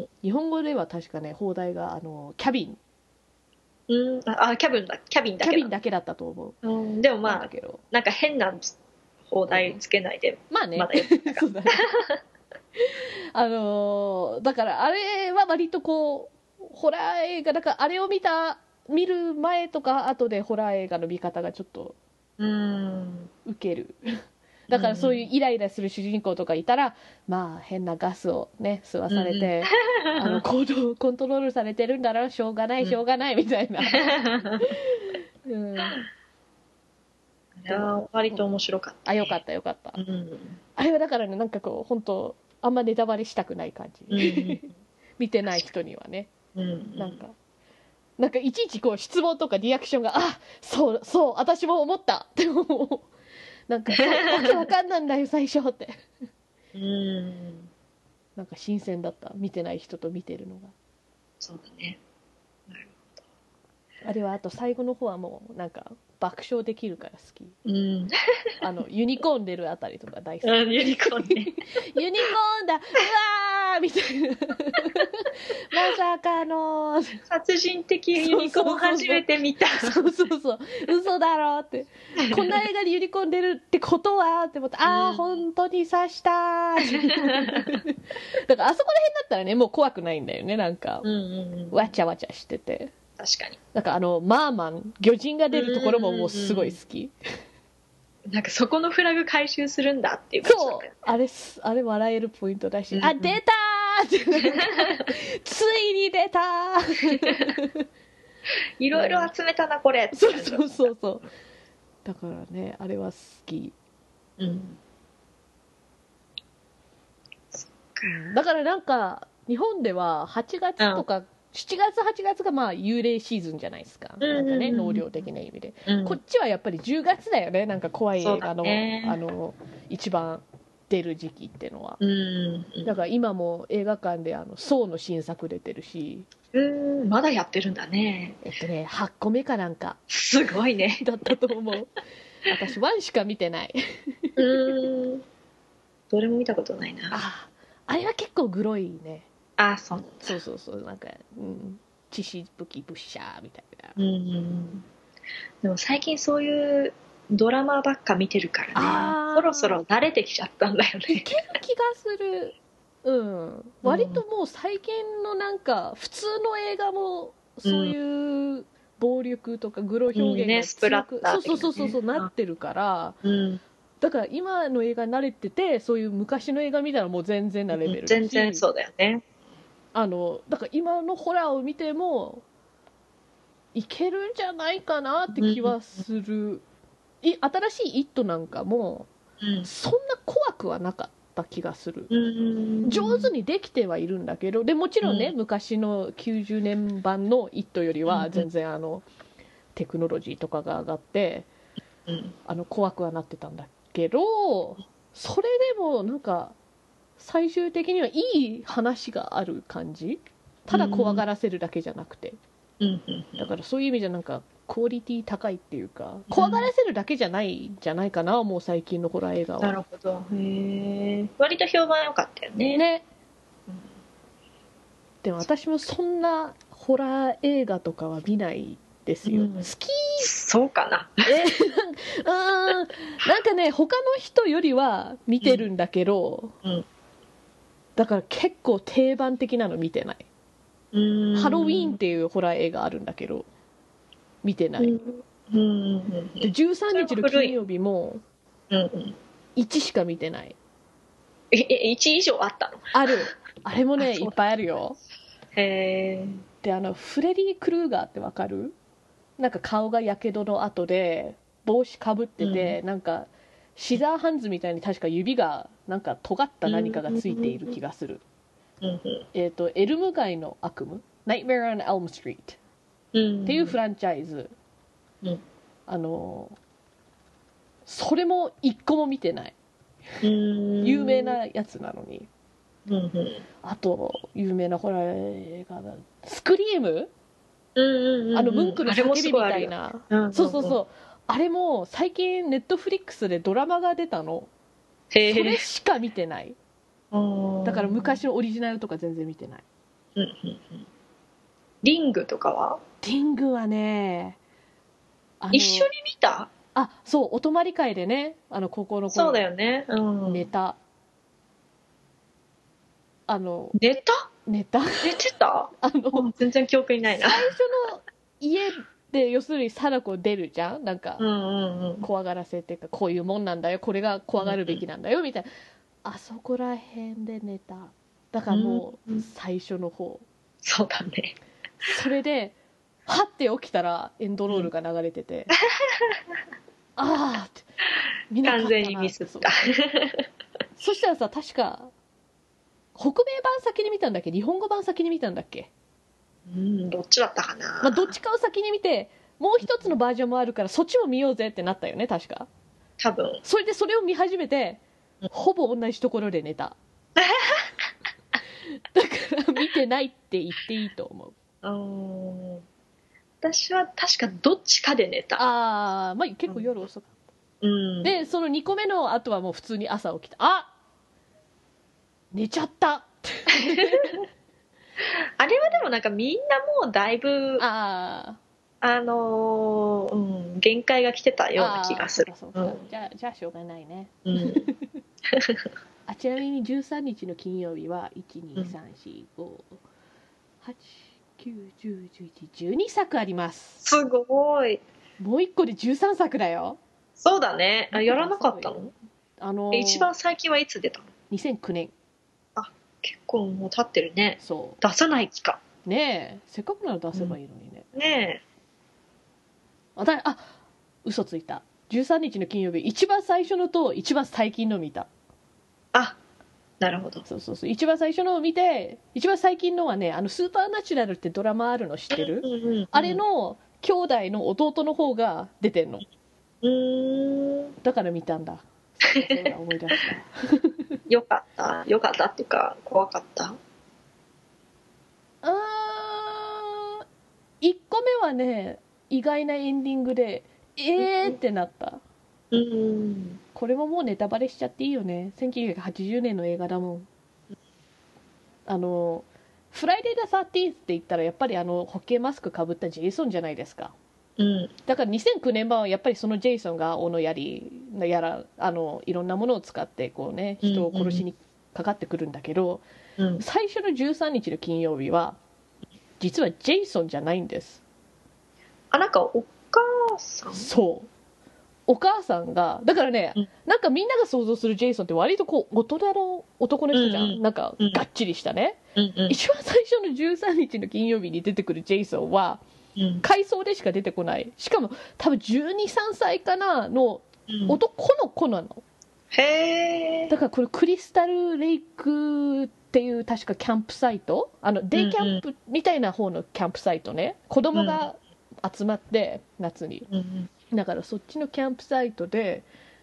日本語では確かね放題がキャビン、 キャビンだけだったと思う。でもまあなんか変な放題つけないで、 まあね、 まだそうだねだからあれは割とこうホラー映画だからあれを見る前とか後でホラー映画の見方がちょっとウケるだからそういうイライラする主人公とかいたら、まあ変なガスをね吸わされて、行動コントロールされてるんだろう、しょうがないみたいないや割と面白かった、 よかった、あれはだからねなんかこう本当あんまネタバレしたくない感じ、見てない人にはね、なんかいちいちこう質問とかリアクションがそう私も思ったって思うなんかわけわかんないんだよ最初ってなんか新鮮だった、見てない人と見てるのが。 そうだね、なるほど。あれはあと最後の方はもうなんか爆笑できるから好き。ユニコーン出るあたりとか大好き。 ユニコーンねユニコーンだうわーみたいなまさかの殺人的ユニコーン初めて見た。 そう嘘だろってこんな映画にユニコーン出るってことはって思って本当に刺しただからあそこら辺だったらねもう怖くないんだよね、なんか、わちゃわちゃしてて。 確かに。 なんかマーマン魚人が出るところももうすごい好き。 なんかそこのフラグ回収するんだっていう感じだったよね。 あれ笑えるポイントだし、出たーってついに出たーいろいろ集めたなこれって。 そうだからねあれは好き。だからなんか日本では8月とか、7月8月がまあ幽霊シーズンじゃないですか、なんかね能量的な意味で、こっちはやっぱり10月だよね、なんか怖い映画の、一番出る時期っていうのは、だから今も映画館でソーの新作出てるし。 まだやってるんだね。 8個目かなんかすごいねだったと思う私1しか見てないどれも見たことないな。 あれは結構グロいね。そうなんか、血しぶきぶっしゃーみたいな。 でも最近そういうドラマばっか見てるからね、そろそろ慣れてきちゃったんだよね。 いける気がする。割ともう最近のなんか普通の映画もそういう暴力とかグロ表現が強く、そうなってるから、だだから今の映画慣れてて、そういう昔の映画見たらもう全然なレベルだし、 全然そうだよね。 だから今のホラーを見てもいけるんじゃないかなって気はする。新しい「イット!」なんかもそんな怖くはなかった気がする。上手にできてはいるんだけど、でもちろんね、昔の90年版の「イット!」よりは全然テクノロジーとかが上がって怖くはなってたんだけど、それでもなんか最終的にはいい話がある感じ。ただ怖がらせるだけじゃなくて、だからそういう意味じゃなんかクオリティ高いっていうか、怖がらせるだけじゃないんじゃないかな、もう最近のホラー映画は。 なるほど。へえ。割と評判良かったよね。 ね、でも私もそんなホラー映画とかは見ないですよ。好き。 そうかな。 なんかね、他の人よりは見てるんだけど、だから結構定番的なの見てない。ハロウィーンっていうホラー映画あるんだけど見てない。で13日の金曜日も1しか見てない。 1以上あったの？ ある。あれもねいっぱいあるよ。 へえ。 でフレディ・クルーガーってわかる？なんか顔がやけどの後で帽子かぶってて、なんかシザーハンズみたいに確か指がなんか尖った何かがついている気がする。エルム街の悪夢 Nightmare on Elm Street っていうフランチャイズ、それも一個も見てない。有名なやつなのに。あと有名なホラー映画だ、スクリーム、ムンクの叫びみたいな、そうそうそう、あれも最近ネットフリックスでドラマが出たの。それしか見てない。だから昔のオリジナルとか全然見てない。 リングとかは？ リングはね、 一緒に見た？ そう、お泊まり会でね、高校の頃そうだよね、 寝た。寝てた？全然記憶にないな。 最初の家で要するに貞子出るじゃん、なんか怖がらせっていうか、こういうもんなんだよ、これが怖がるべきなんだよみたいな、あそこら辺で寝た。だからもう最初の方。 そうだね。 それではって起きたらエンドロールが流れてて、って見なかったな。 完全にミスった。 そしたらさ、確か北米版先に見たんだっけ、日本語版先に見たんだっけ。 どっちだったかな。 どっちかを先に見て、もう一つのバージョンもあるからそっちも見ようぜってなったよね、確か。 多分。 それでそれを見始めて、ほぼ同じところで寝た。だから見てないって言っていいと思う。私は確かどっちかで寝た。 結構夜遅かった。でその2個目の後はもう普通に朝起きた。寝ちゃったあれはでもなんかみんなもうだいぶ限界が来てたような気がする。 じゃあしょうがないね。ちなみに13日の金曜日は1234589101112作あります。 すごい。 もう1個で13作だよ。 そうだね。やらなかったの？一番最近はいつ出たの ？2009年。 結構もう経ってるね。 そう出さない気かねえ、せっかくなら出せばいいのにね。 ねえ。嘘ついた。13日の金曜日、一番最初のと一番最近の見た。 なるほど。 そう。一番最初のを見て、一番最近のはね、スーパーナチュラルってドラマあるの知ってる？あれの兄弟の弟の方が出てんの。だから見たんだ。そうだ、思い出した。 よかったっていうか怖かった。 1個目はね、意外なエンディングでってなった。これももうネタバレしちゃっていいよね。1980年の映画だもん。フライデー・ザ・13って言ったらやっぱりホッケーマスクかぶったジェイソンじゃないですか。だから2009年版はやっぱりそのジェイソンが斧やらいろんなものを使ってこうね、人を殺しにかかってくるんだけど、最初の13日の金曜日は実はジェイソンじゃないんです。 なんかお母さん？ そう、 お母さんがだからね、なんかみんなが想像するジェイソンって割とこう大人の男の人じゃん、なんかがっちりしたね、一番最初の13日の金曜日に出てくるジェイソンは回想でしか出てこない、しかも多分12、3歳かなの男の子なの、 へえ。 だからこれクリスタルレイクっていう確かキャンプサイト、デイキャンプみたいな方のキャンプサイトね、子供が集まって夏に、だからそっちのキャンプサイトで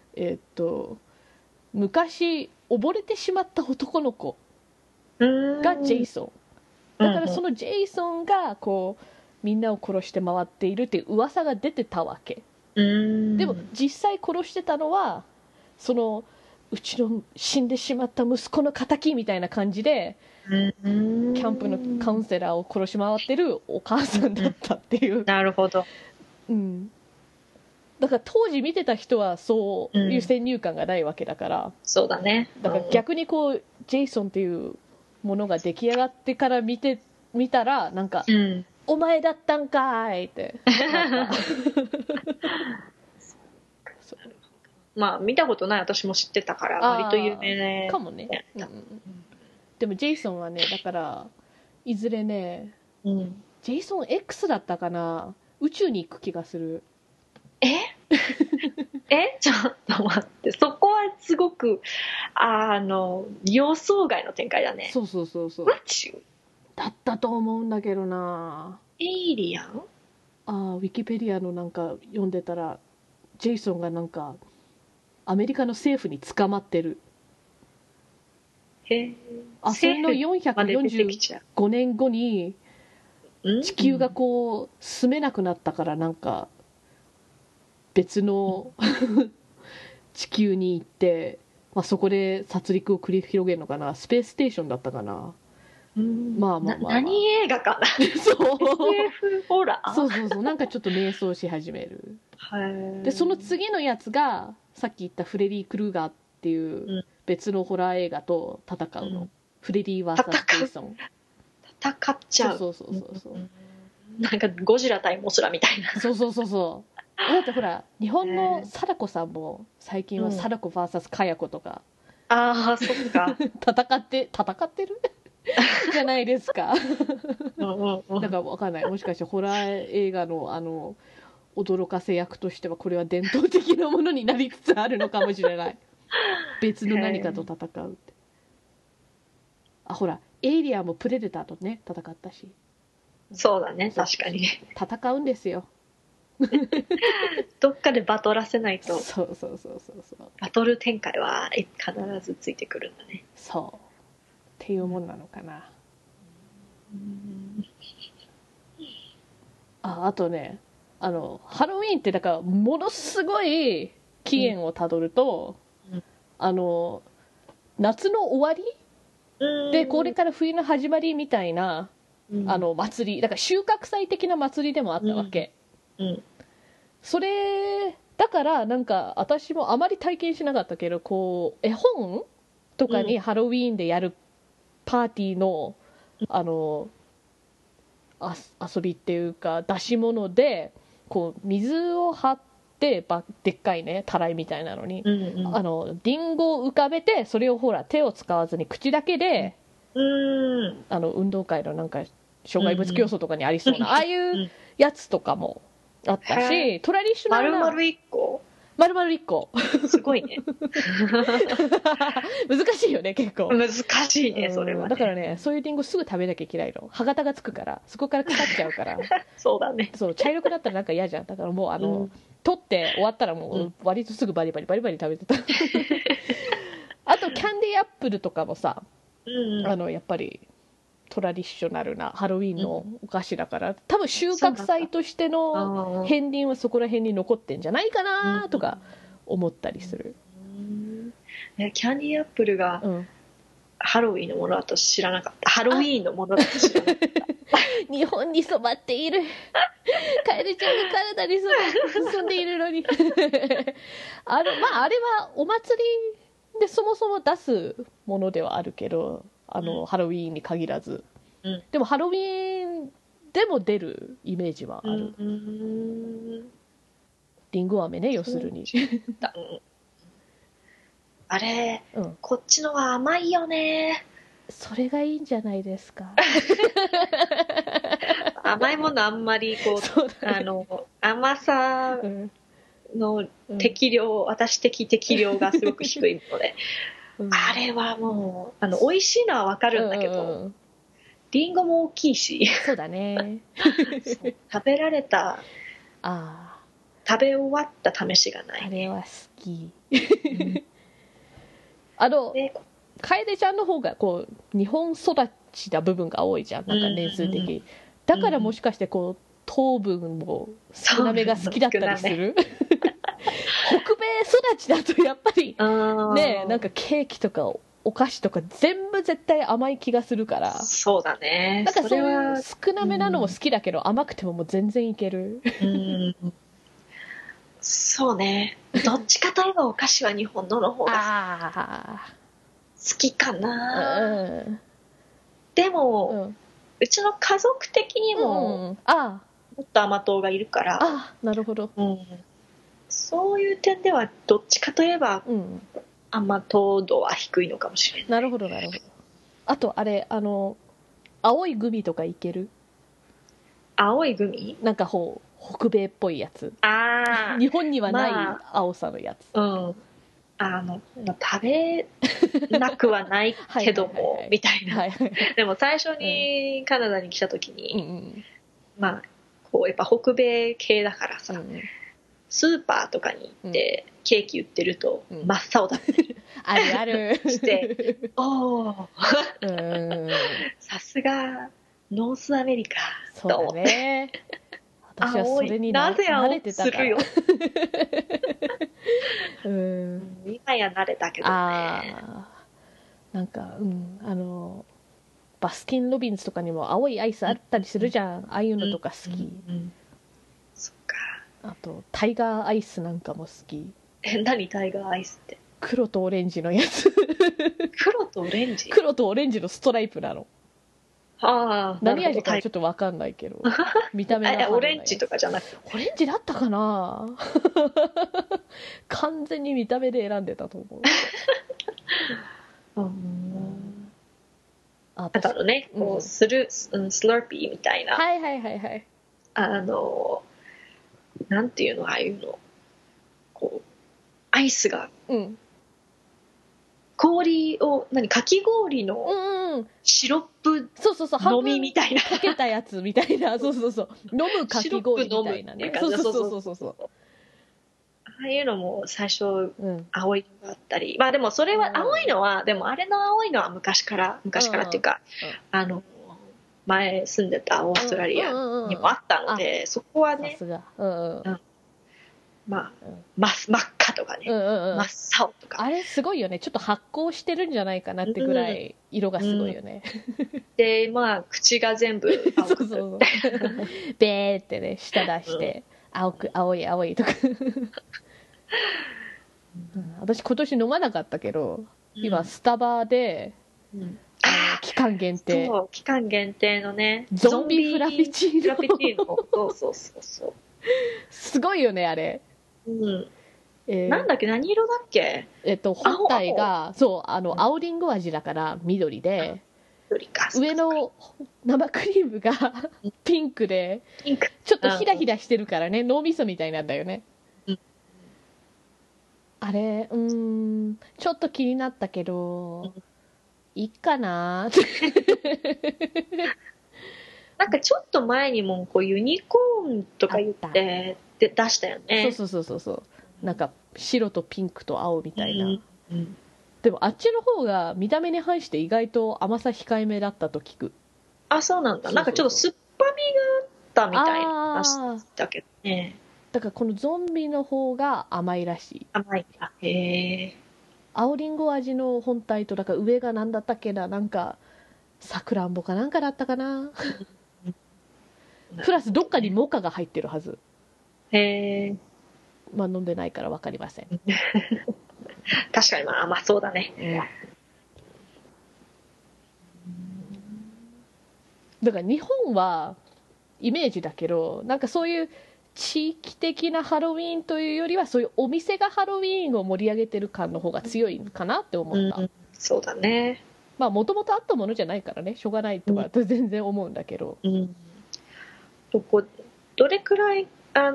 昔溺れてしまった男の子がジェイソンだから、そのジェイソンがこうみんなを殺して回っているっていう噂が出てたわけ。でも実際殺してたのはそのうちの死んでしまった息子の仇みたいな感じでキャンプのカウンセラーを殺し回ってるお母さんだったっていう、 なるほど、 だから当時見てた人はそういう先入観がないわけだから、 そうだね、 だから逆にこうジェイソンっていうものが出来上がってから見たらなんか、お前だったんかーいってまあ見たことない私も知ってたから割と有名ねかもね、でもジェイソンはねだからいずれね、ジェイソン X だったかな、宇宙に行く気がする。 ちょっと待って、そこはすごく予想外の展開だね。 そう宇宙だったと思うんだけどな。 エイリアン？ ウィキペディアのなんか読んでたらジェイソンがなんかアメリカの政府に捕まってる。それの445年後に地球がこう住めなくなったからなんか別の地球に行って、そこで殺戮を繰り広げるのかな、スペースステーションだったかな。 何映画かなそう SF ホラー、 そうなんかちょっと迷走し始める。でその次のやつがさっき言ったフレディ・クルーガーっていう別のホラー映画と戦うの、フレディ VS ジェイソン戦っちゃう。 そうなんかゴジラ対モスラみたいな。 そうだってほら日本の貞子さんも最近は貞子 VS かや子とか、 そっか戦ってるじゃないですかなんかわかんない、もしかしてホラー映画の驚かせ役としてはこれは伝統的なものになりつつあるのかもしれない別の何かと戦うって。ほらエイリアンもプレデターとね戦ったし。 そうだね、確かに戦うんですよどっかでバトらせないと。 そうバトル展開は必ずついてくるんだね。 そうっていうもんなのかな。あとねハロウィーンってだからものすごい起源をたどると、夏の終わりでこれから冬の始まりみたいな、祭りだから収穫祭的な祭りでもあったわけ、それだからなんか私もあまり体験しなかったけどこう絵本とかにハロウィーンでやるパーティーの、遊びっていうか出し物でこう水を張ってでっかいねたらいみたいなのに、リンゴを浮かべてそれをほら手を使わずに口だけで、運動会のなんか障害物競争とかにありそうな、ああいうやつとかもあったし、トラディショナルな丸々1個丸々1個すごいね難しいよね結構難しいねそれはね、 だからねそういうリンゴすぐ食べなきゃいけないの、歯型がつくからそこから腐っちゃうからそうだね、 そう茶色くなったらなんか嫌じゃん、だからもう取って終わったらもう割とすぐバリバリ食べてたあとキャンディーアップルとかもさ、やっぱりトラディショナルなハロウィンのお菓子だから、多分収穫祭としての片鱗はそこら辺に残ってんじゃないかなとか思ったりする、 キャンディーアップルがハロウィンのものだと知らなかった、ハロウィンのものだと知らなかった日本に染まっているカエルちゃんが体に進んでいるのにあれはお祭りでそもそも出すものではあるけどハロウィーンに限らず、でもハロウィーンでも出るイメージはある、 リンゴ飴ね、要するに。 あれ、こっちのは甘いよね。 それがいいんじゃないですか。 甘いものあんまりこう、ね、甘さの適量、私的適量がすごく低いので、あれはもう美味しいのはわかるんだけど、リンゴも大きいし、 そうだね。 食べられた、食べ終わった試しがない、ね。 あれは好き。楓ちゃんの方がこう日本育ちな部分が多いじゃん、なんか年数的に。だからもしかしてこう糖分も少なめが好きだったりする。北米育ちだとやっぱりね、なんかケーキとかお菓子とか全部絶対甘い気がするから。 そうだね。 なんかそういう少なめなのも好きだけど、甘くてももう全然いける。 そうね。どっちかといえばお菓子は日本の方が好きかな。でも、うちの家族的にももっと甘党がいるから。 なるほど。 そういう点ではどっちかといえば、甘党度は低いのかもしれない。 なるほどなるほど。あとあれ青いグミとかいける？ 青いグミ？ なんか北米っぽいやつ。日本にはない青さのやつ。 食べなくはないけどもみたいな。でも最初にカナダに来た時に、こうやっぱ北米系だからさ、スーパーとかに行ってケーキ売ってると真っ青だったりあるあるしてさすがノースアメリカと思って。 私はそれに慣れてたから。 今や慣れたけどね。 なんかバスキンロビンスとかにも青いアイスあったりするじゃん。ああいうのとか好き。 そっか。 あとタイガーアイスなんかも好き。 何タイガーアイスって？ 黒とオレンジのやつ。 黒とオレンジ？ 黒とオレンジのストライプなの。何味かちょっと分かんないけど、見た目がオレンジとかじゃなくて、 オレンジだったかな。完全に見た目で選んでたと思う。 あとね、こうスラーピーみたいな、なんていうの、ああいうの、こうアイスが、氷をかき氷のシロップ飲みみたいな、 かけたやつみたいな、飲むかき氷みたいなね。 ああいうのも最初青いのがあったり、でもそれは青いのは、でもあれの青いのは昔からっていうか、前住んでたオーストラリアにもあったので、そこはね、真っ赤とかね、真っ青とか、 あれすごいよね。ちょっと発酵してるんじゃないかなってぐらい色がすごいよね。 で口が全部青くベーってね、舌出して青いとか。私今年飲まなかったけど、今スタバで期間限定のね、 ゾンビフラペチーノ。 そうすごいよねあれ。 なんだっけ、何色だっけ？ 本体が青りんご味だから緑で、上の生クリームがピンクでちょっとヒラヒラしてるからね、脳みそみたいなんだよね。あれちょっと気になったけど、いいかな。 なんかちょっと前にもこうユニコーンとか言って出したよね。 そうなんか白とピンクと青みたいな、でもあっちの方が見た目に反して意外と甘さ控えめだったと聞く。 そうなんだ。なんかちょっと酸っぱみがあったみたいな話だけどね。 だからこのゾンビの方が甘いらしい。 甘い。 青りんご味の本体と、だから上が何だったっけな、なんかさくらんぼかなんかだったかな。プラスどっかにモカが入ってるはず。飲んでないから分かりません。 確かに甘そうだね。 だから日本はイメージだけど、なんかそういう地域的なハロウィーンというよりはそういうお店がハロウィーンを盛り上げてる感の方が強いかなって思った、 そうだね。 まあもともとあったものじゃないからねしょうがないとかって全然思うんだけど、 どれくらい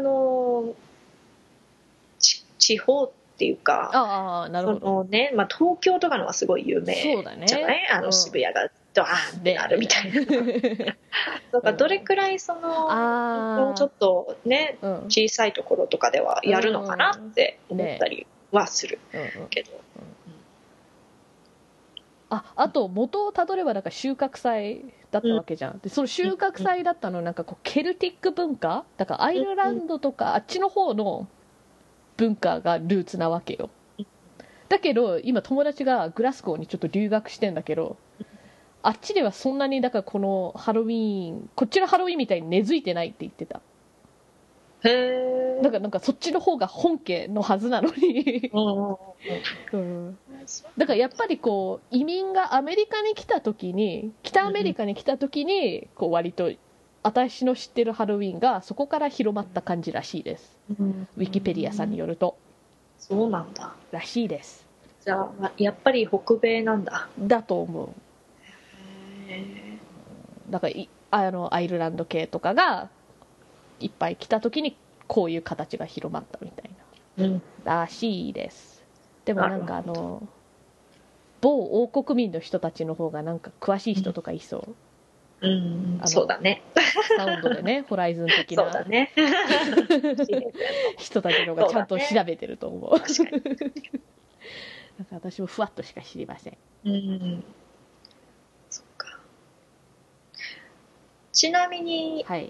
地方っていうか、 なるほど、 そのね、まあ、東京とかのはすごい有名じゃない、渋谷がドーンってなるみたいな、だからどれくらいそのもうちょっとね、小さいところとかではやるのかなって思ったりはするけど、 あと元をたどればなんか収穫祭だったわけじゃん、でその収穫祭だったのなんかこうケルティック文化だからアイルランドとかあっちの方の文化がルーツなわけよ。だけど今友達がグラスゴーにちょっと留学してんだけど、あっちではそんなにだからこのハロウィーンこっちのハロウィーンみたいに根付いてないって言ってた。 へえ。 だからなんかそっちの方が本家のはずなのにだからやっぱりこう移民がアメリカに来た時に北アメリカに来た時にこう割と私の知ってるハロウィーンがそこから広まった感じらしいです、ウィキペディアさんによると。 そうなんだ。 らしいです。 じゃあやっぱり北米なんだ。 だと思う。だからアイルランド系とかがいっぱい来た時にこういう形が広まったみたいな、らしいです。でもなんか某王国民の人たちの方がなんか詳しい人とかいそう、 そうだね。 サウンドでねホライズン的なそうだね人たちの方がちゃんと調べてると思う。なんか私もふわっとしか知りません。 そっか。ちなみに、ま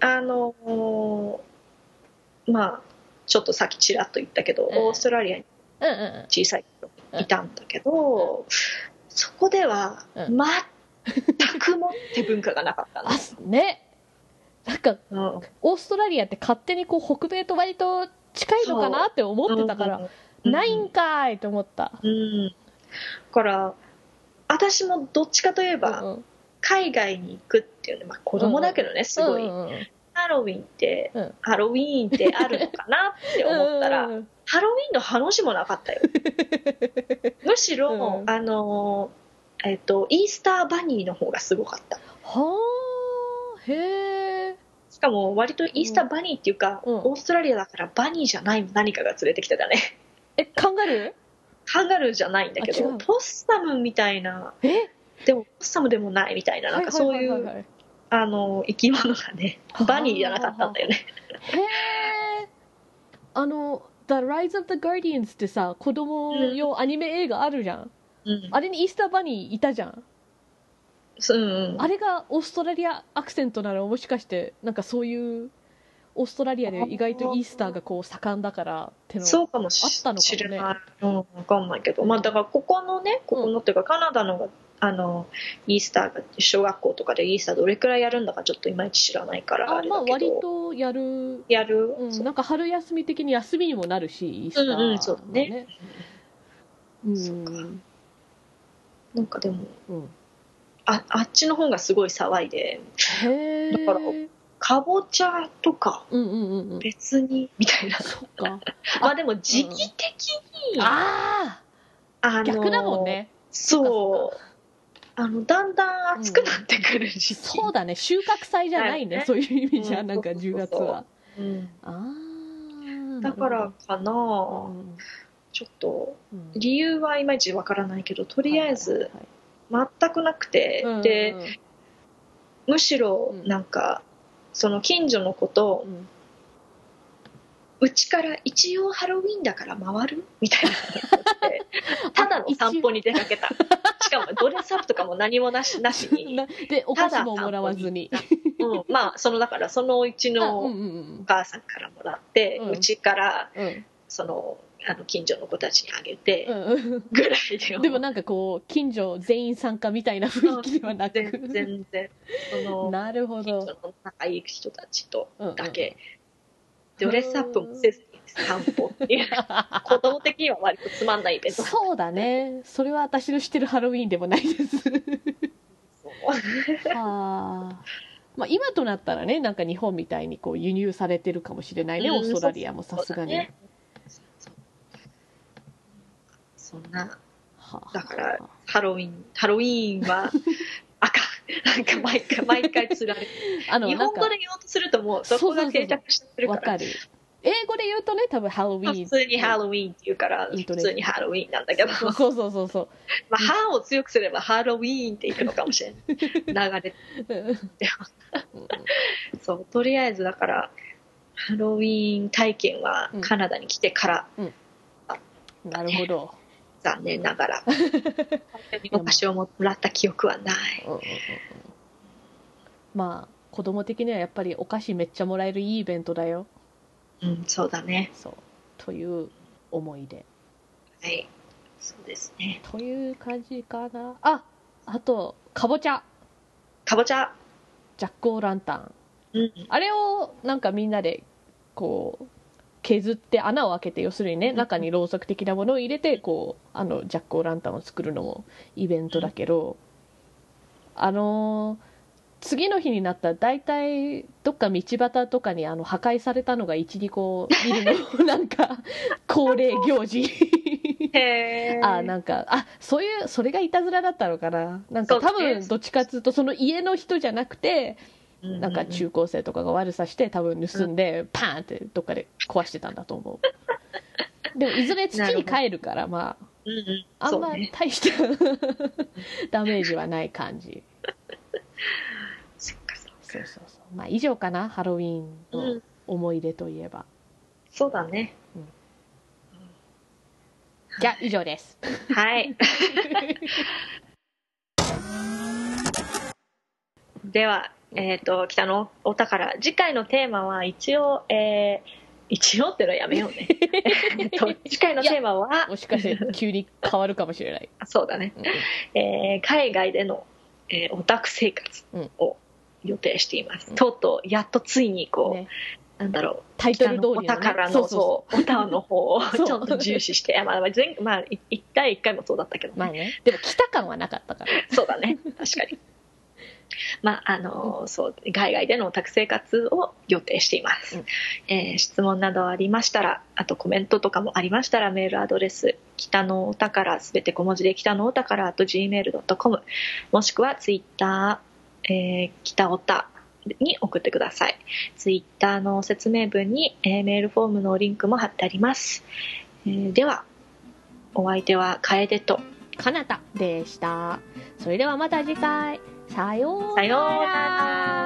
あちょっとさっきちらっと言ったけど、オーストラリアに小さい頃いたんだけど、そこでは全くもって文化がなかったの。 ね。なんか、オーストラリアって勝手にこう北米と割と近いのかなって思ってたから、ないんかーいと思った。 だから私もどっちかといえば、海外に行くっていうのは、まあ、子供だけどね、すごい、ハロウィーンってあるのかなって思ったら、ハロウィーンの話もなかったよ。むしろ、イースターバニーの方がすごかった。 はあ、へえ。 しかも割とイースターバニーっていうか、オーストラリアだからバニーじゃない何かが連れてきてたね。 カンガルー？ カンガルーじゃないんだけど、ポッサムみたいな、でもポッサムでもないみたいな、なんかそういう生き物がね、バニーじゃなかったんだよね。 へえ。The Rise of the Guardians ってさ、子供用アニメ映画あるじゃん。あれにイースターバニーいたじゃん。あれがオーストラリアアクセントならもしかしてなんかそういうオーストラリアで意外とイースターがこう盛んだからってのそうかもしれない。分かんないけど、まあだからここのっていうかカナダのイースターが小学校とかでイースターどれくらいやるんだかちょっといまいち知らないからあれだけど、 割とやる、なんか春休み的に休みにもなるしイースター、 そうだね。なんかでも、あっちの方がすごい騒いで、だからかぼちゃとか別にみたいな。 そっか。 まあでも時期的に逆だもんね。 そうだんだん暑くなってくるし、 そうだね、収穫祭じゃないね、そういう意味じゃ、なんか10月は、 だからかな、ちょっと理由はいまいちわからないけど、とりあえず全くなくて、でむしろなんかその近所の子と、うちから一応ハロウィンだから回るみたいなただの散歩に出かけた。しかもドレスアップとかも何もなしにでお菓子ももらわずにまあだからそのうちのお母さんからもらって、うちからその近所の子たちにあげてぐらいでもなんかこう近所全員参加みたいな雰囲気ではなく、 全然なるほど、 近所の仲いい人たちとだけドレスアップもせずに散歩っていう子供的には割とつまんないイベント。 そうだね、それは私の知ってるハロウィーンでもないです。 まあ、今となったらね、なんか日本みたいにこう輸入されてるかもしれないね、オーストラリアもさすがに。 そんな、だからハロウィーンは赤なんか毎回つられる。日本語で言おうとするともうそこが定着してるから。 わかる。英語で言うとね、多分ハロウィーン。 普通にハロウィーンって言うから、普通にハロウィーンなんだけど。 そう。 まあ、歯を強くすればハロウィーンって言うのかもしれない。流れそう、とりあえずだから、ハロウィーン体験はカナダに来てから。 なるほど。 残念ながら。お菓子をもらった記憶はない。 まあ、子供的にはやっぱりお菓子めっちゃもらえるいいイベントだよ。 そうだね。 そう。という思い出。 はい。そうですね。 という感じかな。あと、かぼちゃ。 ジャックオーランタン。あれをなんかみんなで、こう、削って穴を開けて、要するにね、中にろうそく的なものを入れて、こう、ジャックオーランタンを作るのもイベントだけど、次の日になったら大体どっか道端とかに破壊されたのが 1,2 個いるのなんか恒例行事なんかそれがいたずらだったのかな、なんか多分どっちかっていうとその家の人じゃなくて、なんか中高生とかが悪さして多分盗んでパーンってどっかで壊してたんだと思う。でもいずれ土に帰るからまああんま大したダメージはない感じ。そうまあ以上かな、ハロウィーンの思い出といえば。 そうだね。 じゃあ以上です。 はいでは北のお宝、次回のテーマは一応っていうのはやめようね次回のテーマはもしかして急に変わるかもしれないそうだね、海外での、オタク生活を予定しています。とうとうやっとついにこう、なんだろう、 タイトル通りの、 お宝のオタの方をちょっと重視して第1回もそうだったけどね、でも来た感はなかったからそうだね、確かにそう海外でのオタク生活を予定しています、質問などありましたら、あとコメントとかもありましたら、メールアドレス北のお宝すべて小文字で北のお宝@gmail.com もしくはツイッター、北おたに送ってください。ツイッターの説明文に、メールフォームのリンクも貼ってあります。ではお相手は楓とかなたでした。それではまた次回。さようなら。